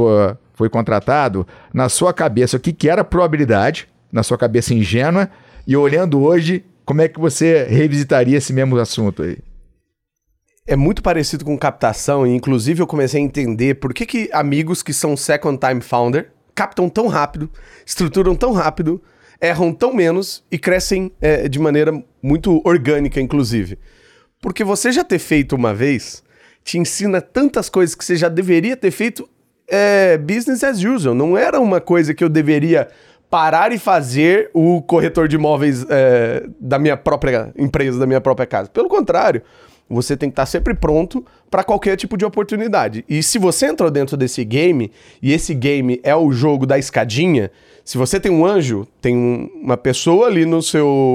foi contratado, na sua cabeça, o que era probabilidade, na sua cabeça ingênua, e olhando hoje, como é que você revisitaria esse mesmo assunto aí? É muito parecido com captação, e inclusive eu comecei a entender por que amigos que são second time founder captam tão rápido, estruturam tão rápido, erram tão menos e crescem de maneira muito orgânica, inclusive. Porque você já ter feito uma vez te ensina tantas coisas que você já deveria ter feito business as usual. Não era uma coisa que eu deveria parar e fazer o corretor de imóveis da minha própria empresa, da minha própria casa. Pelo contrário, você tem que estar sempre pronto para qualquer tipo de oportunidade. E se você entrou dentro desse game, e esse game é o jogo da escadinha, se você tem um anjo, tem uma pessoa ali no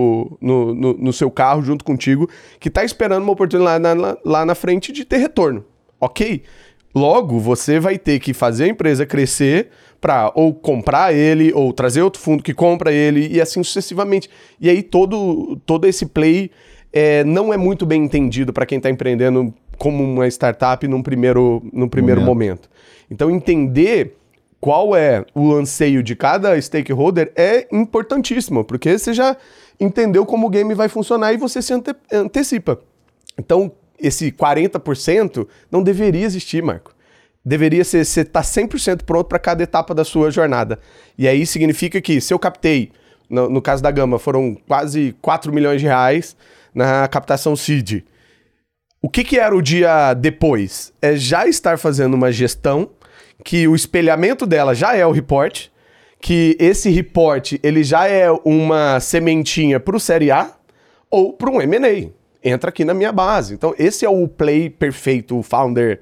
seu carro junto contigo que está esperando uma oportunidade lá na frente de ter retorno, ok? Logo, você vai ter que fazer a empresa crescer para ou comprar ele, ou trazer outro fundo que compra ele, e assim sucessivamente. E aí todo esse play não é muito bem entendido para quem está empreendendo como uma startup num primeiro momento. Então, entender qual é o anseio de cada stakeholder é importantíssimo, porque você já entendeu como o game vai funcionar e você se antecipa. Então, esse 40% não deveria existir, Marco. Deveria ser, você tá 100% pronto para cada etapa da sua jornada. E aí significa que se eu captei, no caso da Gama, foram quase 4 milhões de reais na captação seed. O que era o dia depois? É já estar fazendo uma gestão que o espelhamento dela já é o report, que esse report ele já é uma sementinha para o Série A ou para um M&A. Entra aqui na minha base. Então, esse é o play perfeito, o founder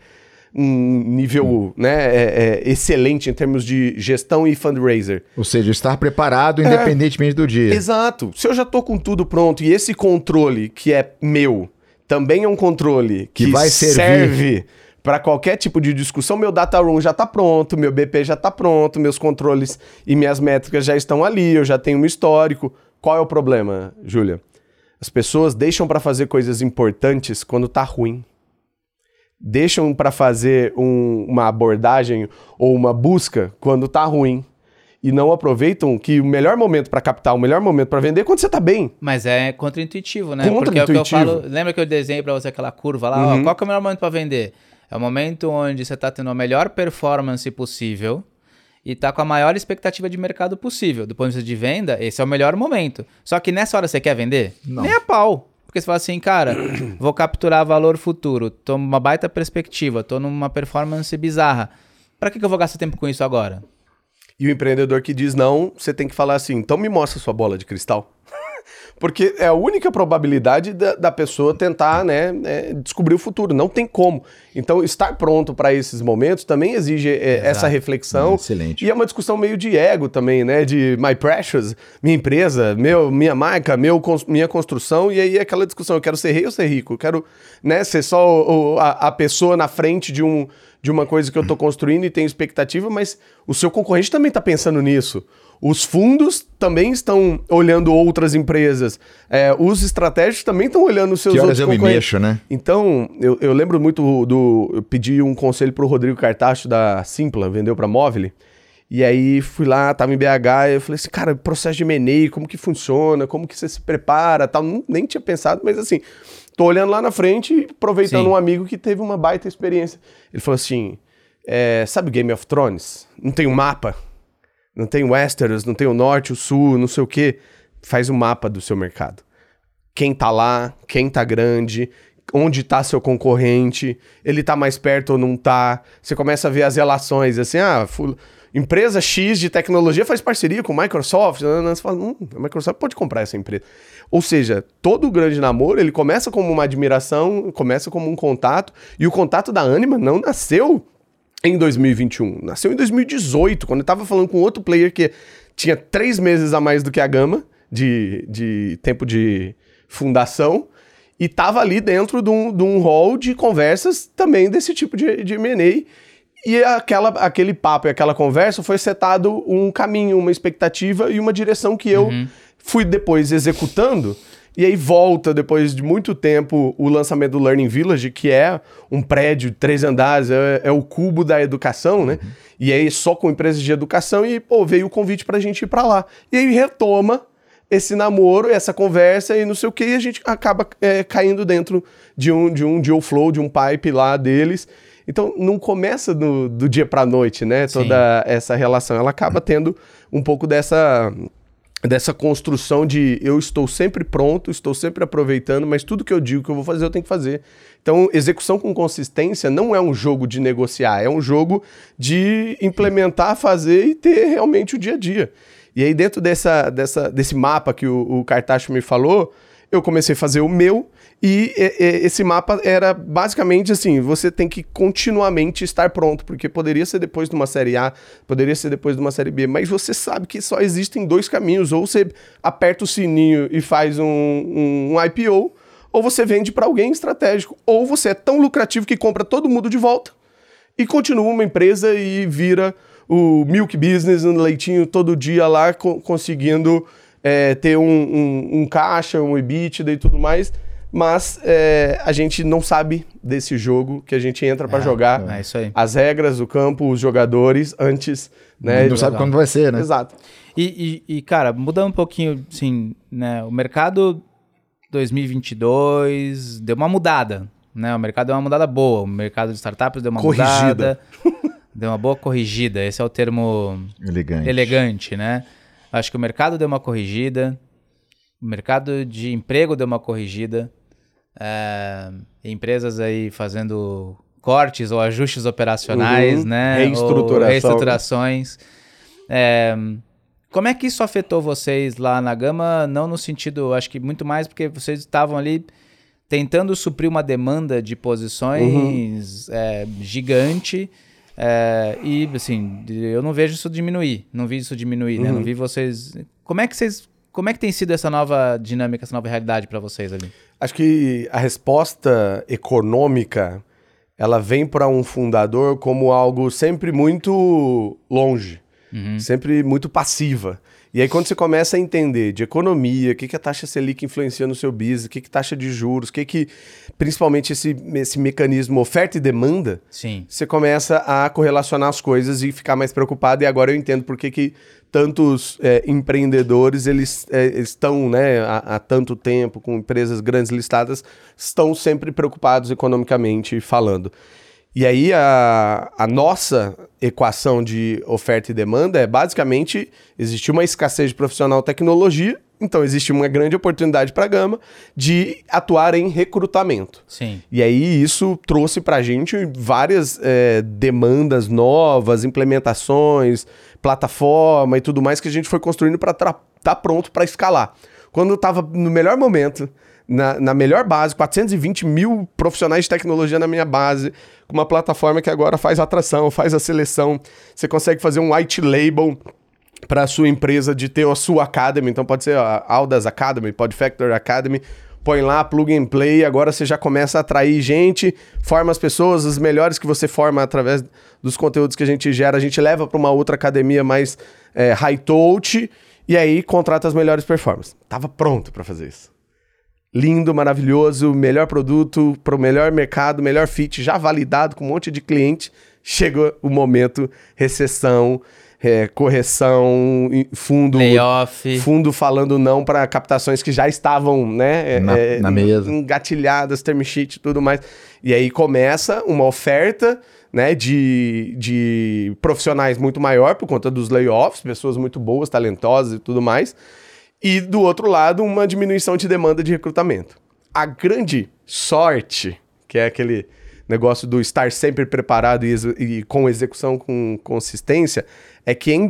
nível excelente em termos de gestão e fundraiser. Ou seja, estar preparado independentemente do dia. Exato. Se eu já estou com tudo pronto e esse controle que é meu também é um controle que vai serve para qualquer tipo de discussão, meu data room já está pronto, meu BP já está pronto, meus controles e minhas métricas já estão ali, eu já tenho um histórico. Qual é o problema, Júlia? As pessoas deixam para fazer coisas importantes quando tá ruim. Deixam para fazer uma abordagem ou uma busca quando tá ruim. E não aproveitam que o melhor momento para captar, o melhor momento para vender é quando você tá bem. Mas é contra-intuitivo, né? Porque é o que eu falo... Lembra que eu desenhei para você aquela curva lá? Ó, qual que é o melhor momento para vender? É o momento onde você tá tendo a melhor performance possível e tá com a maior expectativa de mercado possível. Do ponto de vista de venda, esse é o melhor momento. Só que nessa hora você quer vender? Não. Nem a pau. Porque você fala assim, cara, vou capturar valor futuro, tô numa baita perspectiva, tô numa performance bizarra. Pra que eu vou gastar tempo com isso agora? E o empreendedor que diz não, você tem que falar assim, então me mostra sua bola de cristal. Porque é a única probabilidade da pessoa tentar, descobrir o futuro. Não tem como. Então, estar pronto para esses momentos também exige essa reflexão. Excelente. E é uma discussão meio de ego também, né? De my precious, minha empresa, minha marca, minha construção. E aí aquela discussão, eu quero ser rei ou ser rico? Eu quero ser só a pessoa na frente de uma coisa que eu estou construindo e tenho expectativa, mas o seu concorrente também está pensando nisso. Os fundos também estão olhando outras empresas. Os estratégicos também estão olhando os seus outros concorrentes. Que horas eu me mexo, né? Então, eu lembro muito eu pedi um conselho pro Rodrigo Cartacho da Simpla, vendeu pra Móvel. E aí fui lá, tava em BH, e eu falei assim, cara, processo de M&A, como que funciona, como que você se prepara, tal. Nem tinha pensado, mas assim, tô olhando lá na frente e aproveitando um amigo que teve uma baita experiência. Ele falou assim, sabe Game of Thrones? Não tem um mapa? Não tem o Westeros, não tem o Norte, o Sul, não sei o quê. Faz um mapa do seu mercado. Quem tá lá, quem tá grande, onde tá seu concorrente, ele tá mais perto ou não tá. Você começa a ver as relações, assim, empresa X de tecnologia faz parceria com a Microsoft. Você fala, a Microsoft pode comprar essa empresa. Ou seja, todo o grande namoro, ele começa como uma admiração, começa como um contato, e o contato da Ânima não nasceu em 2021, nasceu em 2018, quando eu tava falando com outro player que tinha 3 meses a mais do que a Gama de tempo de fundação e tava ali dentro de um hall de conversas também desse tipo de M&A. E aquele papo e aquela conversa foi setado um caminho, uma expectativa e uma direção que eu fui depois executando. E aí volta, depois de muito tempo, o lançamento do Learning Village, que é um prédio de 3 andares, é o cubo da educação, né? E aí só com empresas de educação e, veio o convite pra gente ir pra lá. E aí retoma esse namoro, essa conversa e não sei o que, e a gente acaba caindo dentro de um deal flow, de um pipe lá deles. Então, não começa do dia pra noite, né? Toda essa relação. Ela acaba tendo um pouco dessa construção de eu estou sempre pronto, estou sempre aproveitando, mas tudo que eu digo que eu vou fazer, eu tenho que fazer. Então, execução com consistência não é um jogo de negociar, é um jogo de implementar, fazer e ter realmente o dia a dia. E aí, dentro desse mapa que o Cartacho me falou, eu comecei a fazer o meu, e esse mapa era basicamente assim, você tem que continuamente estar pronto, porque poderia ser depois de uma série A, poderia ser depois de uma série B, mas você sabe que só existem 2 caminhos, ou você aperta o sininho e faz um IPO, ou você vende para alguém estratégico, ou você é tão lucrativo que compra todo mundo de volta, e continua uma empresa e vira o milk business, um leitinho todo dia lá, conseguindo ter um caixa, um EBITDA e tudo mais, mas a gente não sabe desse jogo que a gente entra para jogar. É isso aí. As regras, o campo, os jogadores, antes, né? Não sabe quando vai ser, né? Exato. E, cara, mudando um pouquinho, assim, né? O mercado 2022 deu uma mudada, né? O mercado deu uma mudada boa. O mercado de startups deu uma mudada. Deu uma boa corrigida. Esse é o termo elegante, né? Acho que o mercado deu uma corrigida. O mercado de emprego deu uma corrigida. Empresas aí fazendo cortes ou ajustes operacionais, né? Reestruturações. Como é que isso afetou vocês lá na Gama? Não no sentido, acho que muito mais porque vocês estavam ali tentando suprir uma demanda de posições gigante. E assim, eu não vejo isso diminuir. Não vi isso diminuir, né? Não vi vocês... Como é que tem sido essa nova dinâmica, essa nova realidade para vocês ali? Acho que a resposta econômica, ela vem para um fundador como algo sempre muito longe, sempre muito passiva. E aí quando você começa a entender de economia, o que a taxa Selic influencia no seu business, o que taxa de juros, principalmente esse mecanismo oferta e demanda, Sim. Você começa a correlacionar as coisas e ficar mais preocupado. E agora eu entendo por que tantos empreendedores, eles estão, né, há tanto tempo com empresas grandes listadas, estão sempre preocupados economicamente falando. E aí a nossa equação de oferta e demanda é basicamente existir uma escassez de profissional tecnologia, então existe uma grande oportunidade para a Gama de atuar em recrutamento. Sim. E aí isso trouxe para a gente várias demandas novas, implementações, plataforma e tudo mais que a gente foi construindo para estar pronto para escalar. Quando estava no melhor momento, na melhor base, 420 mil profissionais de tecnologia na minha base, com uma plataforma que agora faz atração, faz a seleção, você consegue fazer um white label para a sua empresa de ter a sua academy, então pode ser a Audas Academy, Podfactor Academy, põe lá, plug and play, agora você já começa a atrair gente, forma as pessoas, as melhores que você forma através dos conteúdos que a gente gera, a gente leva para uma outra academia mais high touch, e aí contrata as melhores performances. Tava pronto para fazer isso. Lindo, maravilhoso, melhor produto para o melhor mercado, melhor fit, já validado com um monte de cliente. Chegou o momento, recessão, correção, fundo falando não para captações que já estavam, né, na mesa, engatilhadas, term sheet e tudo mais. E aí começa uma oferta, né, de profissionais muito maior por conta dos layoffs, pessoas muito boas, talentosas e tudo mais. E, do outro lado, uma diminuição de demanda de recrutamento. A grande sorte, que é aquele negócio do estar sempre preparado e com execução com consistência, é que em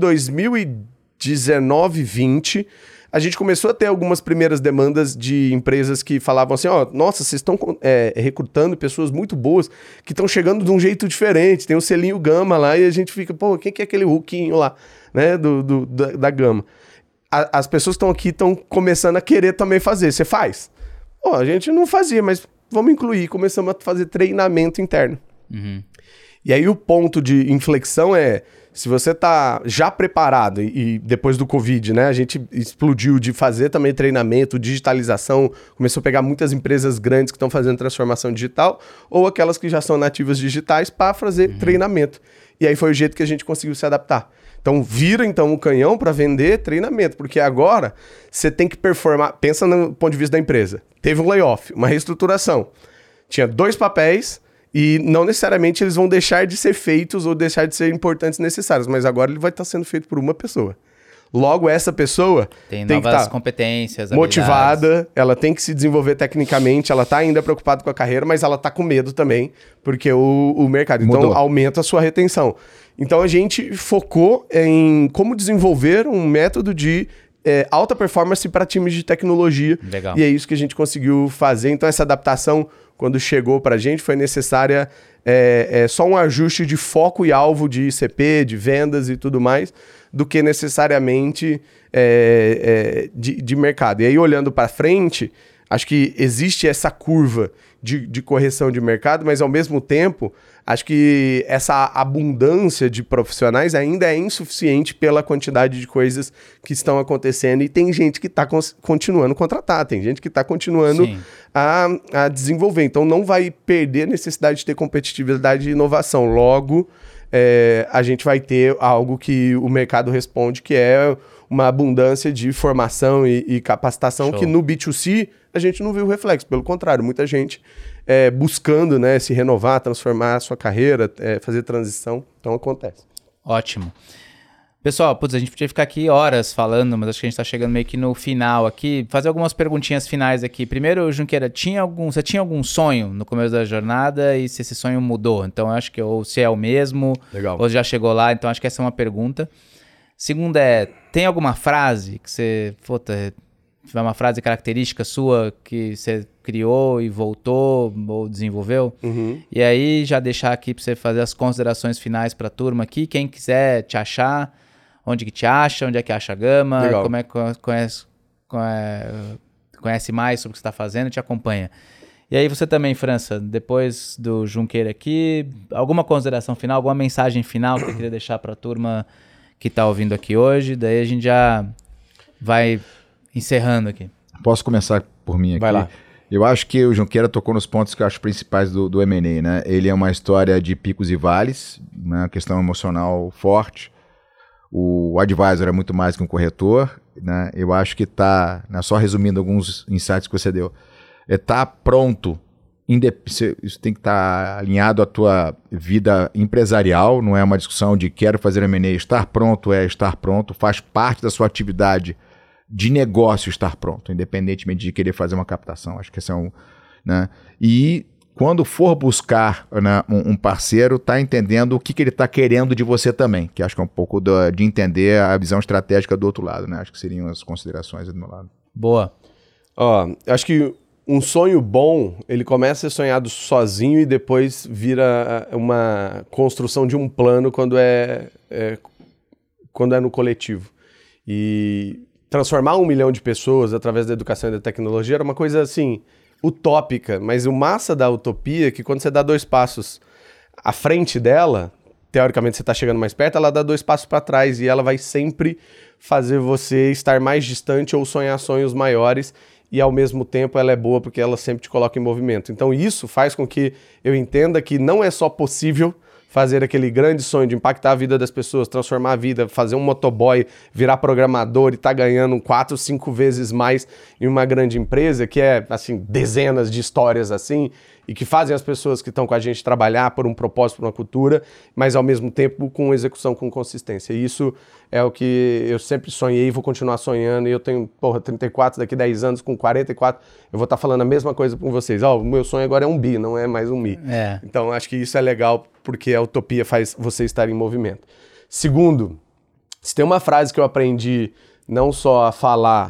2019, 20, a gente começou a ter algumas primeiras demandas de empresas que falavam assim, nossa, vocês estão recrutando pessoas muito boas que estão chegando de um jeito diferente, tem um selinho Gama lá, e a gente fica, quem que é aquele Hulkinho lá, né, da Gama? As pessoas que estão aqui estão começando a querer também fazer. Você faz? A gente não fazia, mas vamos incluir. Começamos a fazer treinamento interno. E aí o ponto de inflexão se você está já preparado, e depois do Covid, né, a gente explodiu de fazer também treinamento, digitalização, começou a pegar muitas empresas grandes que estão fazendo transformação digital, ou aquelas que já são nativas digitais para fazer treinamento. E aí foi o jeito que a gente conseguiu se adaptar. Então, vira o canhão para vender treinamento, porque agora você tem que performar, pensa no ponto de vista da empresa, teve um layoff, uma reestruturação, tinha 2 papéis e não necessariamente eles vão deixar de ser feitos ou deixar de ser importantes e necessários, mas agora ele vai estar sendo feito por uma pessoa. Logo, essa pessoa tem novas que estar competências, motivada, habilidades. Ela tem que se desenvolver tecnicamente, ela está ainda preocupada com a carreira, mas ela está com medo também, porque o mercado mudou. Então aumenta a sua retenção. Então a gente focou em como desenvolver um método de alta performance para times de tecnologia. Legal. E é isso que a gente conseguiu fazer. Então, essa adaptação, quando chegou para a gente, foi necessária só um ajuste de foco e alvo de ICP, de vendas e tudo mais, do que necessariamente de mercado. E aí, olhando para frente, acho que existe essa curva de correção de mercado, mas ao mesmo tempo, acho que essa abundância de profissionais ainda é insuficiente pela quantidade de coisas que estão acontecendo e tem gente que está continuando a contratar, tem gente que está continuando a desenvolver. Então não vai perder a necessidade de ter competitividade e inovação. Logo, a gente vai ter algo que o mercado responde, que é uma abundância de formação e capacitação. Show. Que no B2C a gente não viu o reflexo. Pelo contrário, muita gente buscando, né, se renovar, transformar a sua carreira, fazer transição. Então acontece. Ótimo. Pessoal, a gente podia ficar aqui horas falando, mas acho que a gente está chegando meio que no final aqui. Fazer algumas perguntinhas finais aqui. Primeiro, Junqueira, você tinha algum sonho no começo da jornada e se esse sonho mudou? Então, eu acho que ou se é o mesmo, legal, ou já chegou lá. Então, acho que essa é uma pergunta. Segunda tem alguma frase que você... uma frase característica sua que você criou e voltou ou desenvolveu? Uhum. E aí, já deixar aqui para você fazer as considerações finais para a turma aqui. Quem quiser te achar, onde que te acha, onde é que acha a Gama, legal, como é que conhece mais sobre o que você está fazendo, te acompanha. E aí você também, França, depois do Junqueira aqui, alguma consideração final, alguma mensagem final que você queria deixar para a turma que está ouvindo aqui hoje? Daí a gente já vai encerrando aqui. Posso começar por mim aqui? Vai lá. Eu acho que o Junqueira tocou nos pontos que eu acho principais do M&A, né? Ele é uma história de picos e vales, né? Questão emocional forte. O advisor é muito mais que um corretor, né? Eu acho que está, né, só resumindo alguns insights que você deu, está pronto, isso tem que estar alinhado à tua vida empresarial, não é uma discussão de quero fazer M&A, estar pronto é estar pronto, faz parte da sua atividade de negócio estar pronto, independentemente de querer fazer uma captação. Acho que esse é um... Né? E quando for buscar, né, um parceiro, tá entendendo o que ele está querendo de você também, que acho que é um pouco de entender a visão estratégica do outro lado, né? Acho que seriam as considerações do meu lado. Boa. Acho que um sonho bom, ele começa a ser sonhado sozinho e depois vira uma construção de um plano quando é no coletivo. E transformar 1 milhão de pessoas através da educação e da tecnologia era uma coisa, assim, utópica. Mas o massa da utopia é que quando você dá 2 passos à frente dela, teoricamente você está chegando mais perto, ela dá 2 passos para trás e ela vai sempre fazer você estar mais distante ou sonhar sonhos maiores. E ao mesmo tempo ela é boa porque ela sempre te coloca em movimento. Então isso faz com que eu entenda que não é só possível fazer aquele grande sonho de impactar a vida das pessoas, transformar a vida, fazer um motoboy, virar programador e tá ganhando 4, 5 vezes mais em uma grande empresa, que é, assim, dezenas de histórias assim, e que fazem as pessoas que estão com a gente trabalhar por um propósito, por uma cultura, mas ao mesmo tempo com execução, com consistência. E isso é o que eu sempre sonhei e vou continuar sonhando. E eu tenho, 34, daqui 10 anos, com 44, eu vou estar falando a mesma coisa com vocês. O meu sonho agora é um bi, não é mais um mi. Então, acho que isso é legal, porque a utopia faz você estar em movimento. Segundo, se tem uma frase que eu aprendi não só a falar,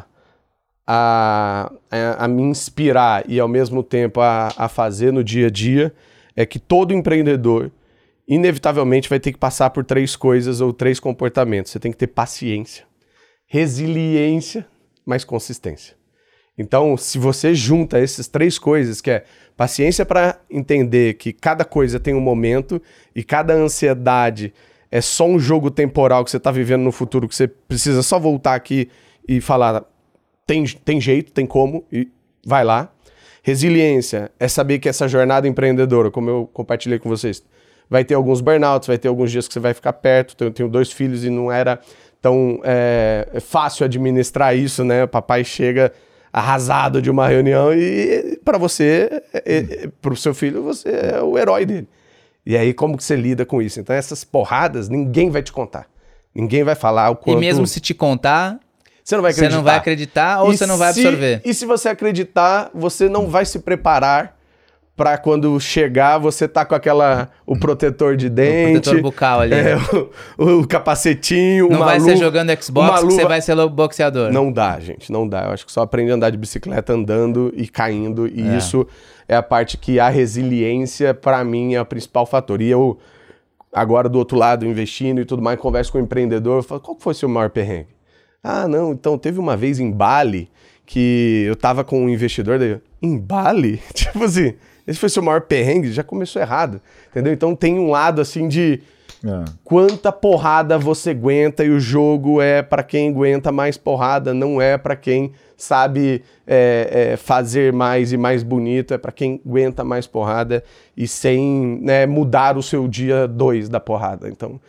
a me inspirar e ao mesmo tempo a fazer no dia a dia, é que todo empreendedor inevitavelmente vai ter que passar por 3 coisas ou 3 comportamentos. Você tem que ter paciência, resiliência, mas consistência. Então, se você junta essas 3 coisas, que é paciência para entender que cada coisa tem um momento e cada ansiedade é só um jogo temporal que você está vivendo no futuro, que você precisa só voltar aqui e falar... Tem jeito, tem como, e vai lá. Resiliência é saber que essa jornada empreendedora, como eu compartilhei com vocês, vai ter alguns burnouts, vai ter alguns dias que você vai ficar perto. Eu tenho 2 filhos e não era tão fácil administrar isso, né? O papai chega arrasado de uma reunião e para você, para o seu filho, você é o herói dele. E aí, como que você lida com isso? Então, essas porradas, ninguém vai te contar. Ninguém vai falar o quanto... E mesmo se te contar... Você não vai acreditar. Você não vai acreditar ou você não vai absorver. E se você acreditar, você não vai se preparar pra quando chegar você tá com o protetor de dente. O protetor bucal ali. O capacetinho, não vai ser jogando Xbox que você vai ser boxeador. Não dá, gente, não dá. Eu acho que só aprende a andar de bicicleta andando e caindo. E isso é a parte que a resiliência, pra mim, é o principal fator. E eu, agora do outro lado, investindo e tudo mais, converso com o empreendedor, eu falo, qual foi o seu maior perrengue? Ah, não, então teve uma vez em Bali que eu tava com um investidor, daí, em Bali? Tipo assim... Esse foi seu maior perrengue, já começou errado, entendeu? Então tem um lado assim de quanta porrada você aguenta e o jogo é pra quem aguenta mais porrada, não é pra quem sabe fazer mais e mais bonito, é pra quem aguenta mais porrada e sem mudar o seu dia 2 da porrada. Então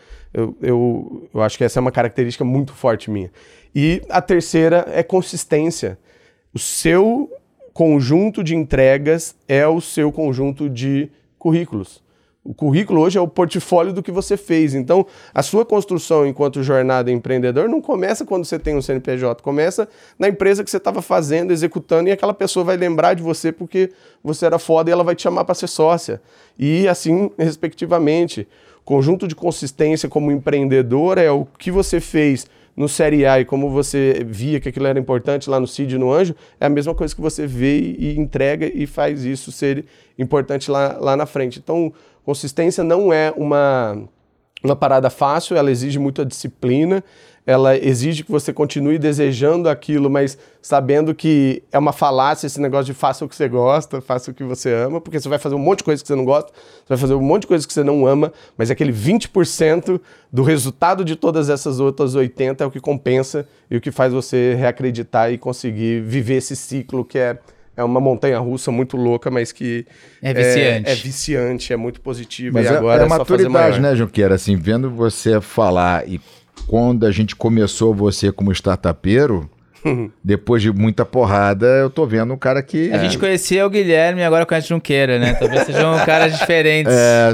eu acho que essa é uma característica muito forte minha. E a terceira é consistência. O seu conjunto de entregas é o seu conjunto de currículos. O currículo hoje é o portfólio do que você fez. Então, a sua construção enquanto jornada empreendedor não começa quando você tem um CNPJ, começa na empresa que você estava fazendo, executando, e aquela pessoa vai lembrar de você porque você era foda e ela vai te chamar para ser sócia. E assim, respectivamente. Conjunto de consistência como empreendedor é o que você fez no Série A e como você via que aquilo era importante lá no Seed e no Anjo, é a mesma coisa que você vê e entrega e faz isso ser importante lá na frente. Então, consistência não é uma parada fácil, ela exige muita disciplina, ela exige que você continue desejando aquilo, mas sabendo que é uma falácia esse negócio de faça o que você gosta, faça o que você ama, porque você vai fazer um monte de coisa que você não gosta, você vai fazer um monte de coisa que você não ama, mas aquele 20% do resultado de todas essas outras 80% é o que compensa e o que faz você reacreditar e conseguir viver esse ciclo que é uma montanha-russa muito louca, mas que é viciante. É viciante, é muito positivo. Mas e agora é maturidade, né, Junqueira? Assim, vendo você falar e quando a gente começou você como startupeiro, depois de muita porrada, eu tô vendo um cara que... A gente conhecia o Guilherme e agora conhece o Junqueira, né? Talvez sejam caras diferentes.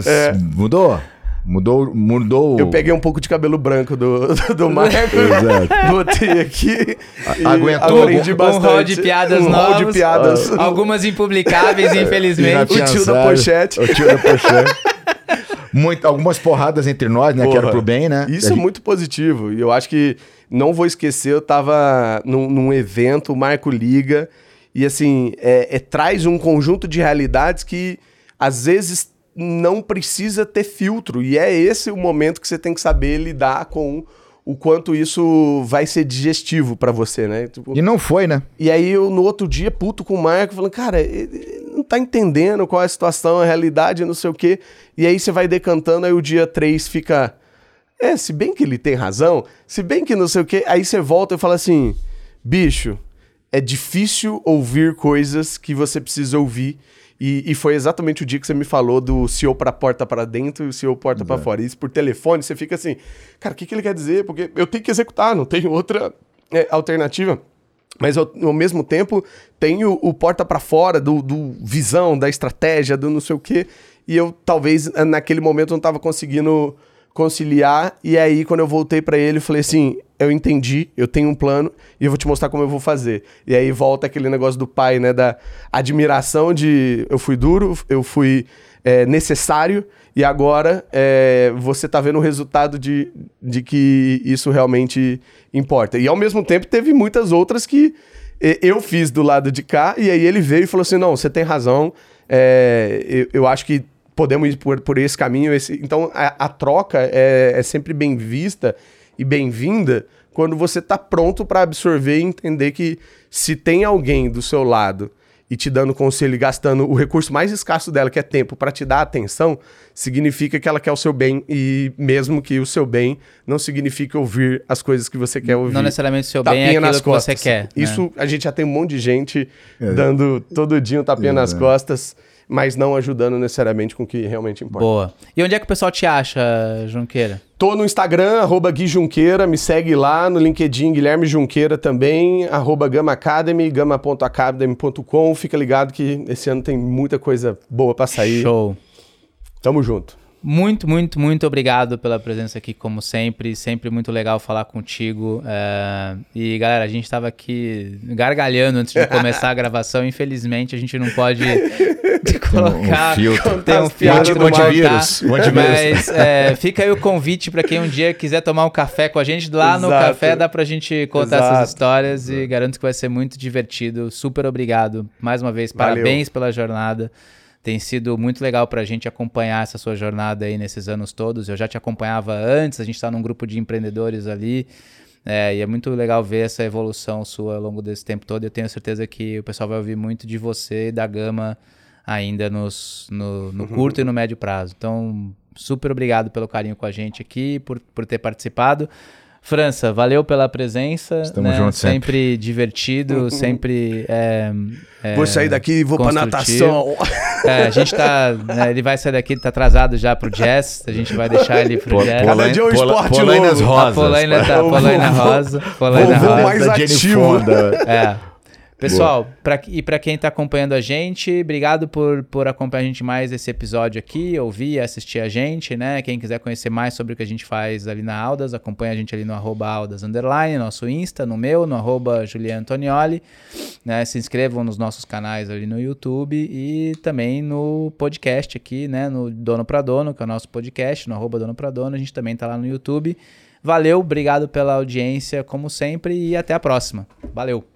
Mudou. Eu peguei um pouco de cabelo branco do Marco, botei aqui. Aguentou um rol de piadas novas. Algumas impublicáveis, infelizmente. O tio da pochete. Algumas porradas entre nós, né? Que era pro bem, né? Isso é muito positivo. E eu acho que, não vou esquecer, eu tava num evento, o Marco liga, e assim, traz um conjunto de realidades que, às vezes, não precisa ter filtro. E é esse o momento que você tem que saber lidar com o quanto isso vai ser digestivo pra você, né? E não foi, né? E aí eu, no outro dia, puto com o Marco, falando, cara, ele não tá entendendo qual é a situação, a realidade, não sei o quê. E aí você vai decantando, aí o dia 3 fica... se bem que ele tem razão, se bem que não sei o quê. Aí você volta e fala assim, bicho, é difícil ouvir coisas que você precisa ouvir. E foi exatamente o dia que você me falou do CEO para porta para dentro e o CEO porta para fora. Isso por telefone, você fica assim, cara, o que ele quer dizer? Porque eu tenho que executar, não tenho outra alternativa. Mas eu, ao mesmo tempo, tenho o porta para fora do visão, da estratégia, do não sei o quê. E eu, talvez, naquele momento, não estava conseguindo conciliar. E aí, quando eu voltei para ele, eu falei assim, eu entendi, eu tenho um plano e eu vou te mostrar como eu vou fazer. E aí volta aquele negócio do pai, né? Da admiração de eu fui duro, eu fui necessário e agora você tá vendo o resultado de que isso realmente importa. E ao mesmo tempo teve muitas outras que eu fiz do lado de cá e aí ele veio e falou assim, não, você tem razão, eu acho que podemos ir por esse caminho. Então a troca é sempre bem vista e bem-vinda quando você está pronto para absorver e entender que se tem alguém do seu lado e te dando conselho e gastando o recurso mais escasso dela, que é tempo, para te dar atenção, significa que ela quer o seu bem, e mesmo que o seu bem não significa ouvir as coisas que você quer ouvir. Não necessariamente o seu bem é aquilo que você quer. Isso, a gente já tem um monte de gente dando todo dia um tapinha nas costas, mas não ajudando necessariamente com o que realmente importa. Boa. E onde é que o pessoal te acha, Junqueira? Tô no Instagram, @GuiJunqueira, me segue lá, no LinkedIn, Guilherme Junqueira também, @GamaAcademy, gama.academy.com. Fica ligado que esse ano tem muita coisa boa pra sair. Show. Tamo junto. Muito, muito, muito obrigado pela presença aqui, como sempre. Sempre muito legal falar contigo. E, galera, a gente estava aqui gargalhando antes de começar a gravação. Infelizmente, a gente não pode colocar. Tem um filtro pra antivírus. Mas fica aí o convite para quem um dia quiser tomar um café com a gente. Lá no café dá pra gente contar essas histórias e garanto que vai ser muito divertido. Super obrigado. Mais uma vez, parabéns pela jornada. Tem sido muito legal pra gente acompanhar essa sua jornada aí nesses anos todos. Eu já te acompanhava antes, a gente tá num grupo de empreendedores ali. E é muito legal ver essa evolução sua ao longo desse tempo todo. Eu tenho certeza que o pessoal vai ouvir muito de você e da Gama ainda no curto e no médio prazo. Então, super obrigado pelo carinho com a gente aqui, por ter participado. França, valeu pela presença. Estamos juntos sempre divertido, sempre vou sair daqui e vou pra natação. A gente tá... ele vai sair daqui, ele tá atrasado já pro jazz. A gente vai deixar ele pro jazz. Cada dia é um esporte Polainas novo. rosas. Polaina rosa. Vou mais ativo. Pessoal, para quem está acompanhando a gente, obrigado por acompanhar a gente mais esse episódio aqui, ouvir e assistir a gente, né? Quem quiser conhecer mais sobre o que a gente faz ali na Aldas, acompanha a gente ali no @Aldas_, nosso Insta, no meu, no @JulianAntonioli, né? Se inscrevam nos nossos canais ali no YouTube e também no podcast aqui, né? No Dono pra Dono, que é o nosso podcast, no @Dono pra Dono, a gente também tá lá no YouTube. Valeu, obrigado pela audiência, como sempre, e até a próxima. Valeu!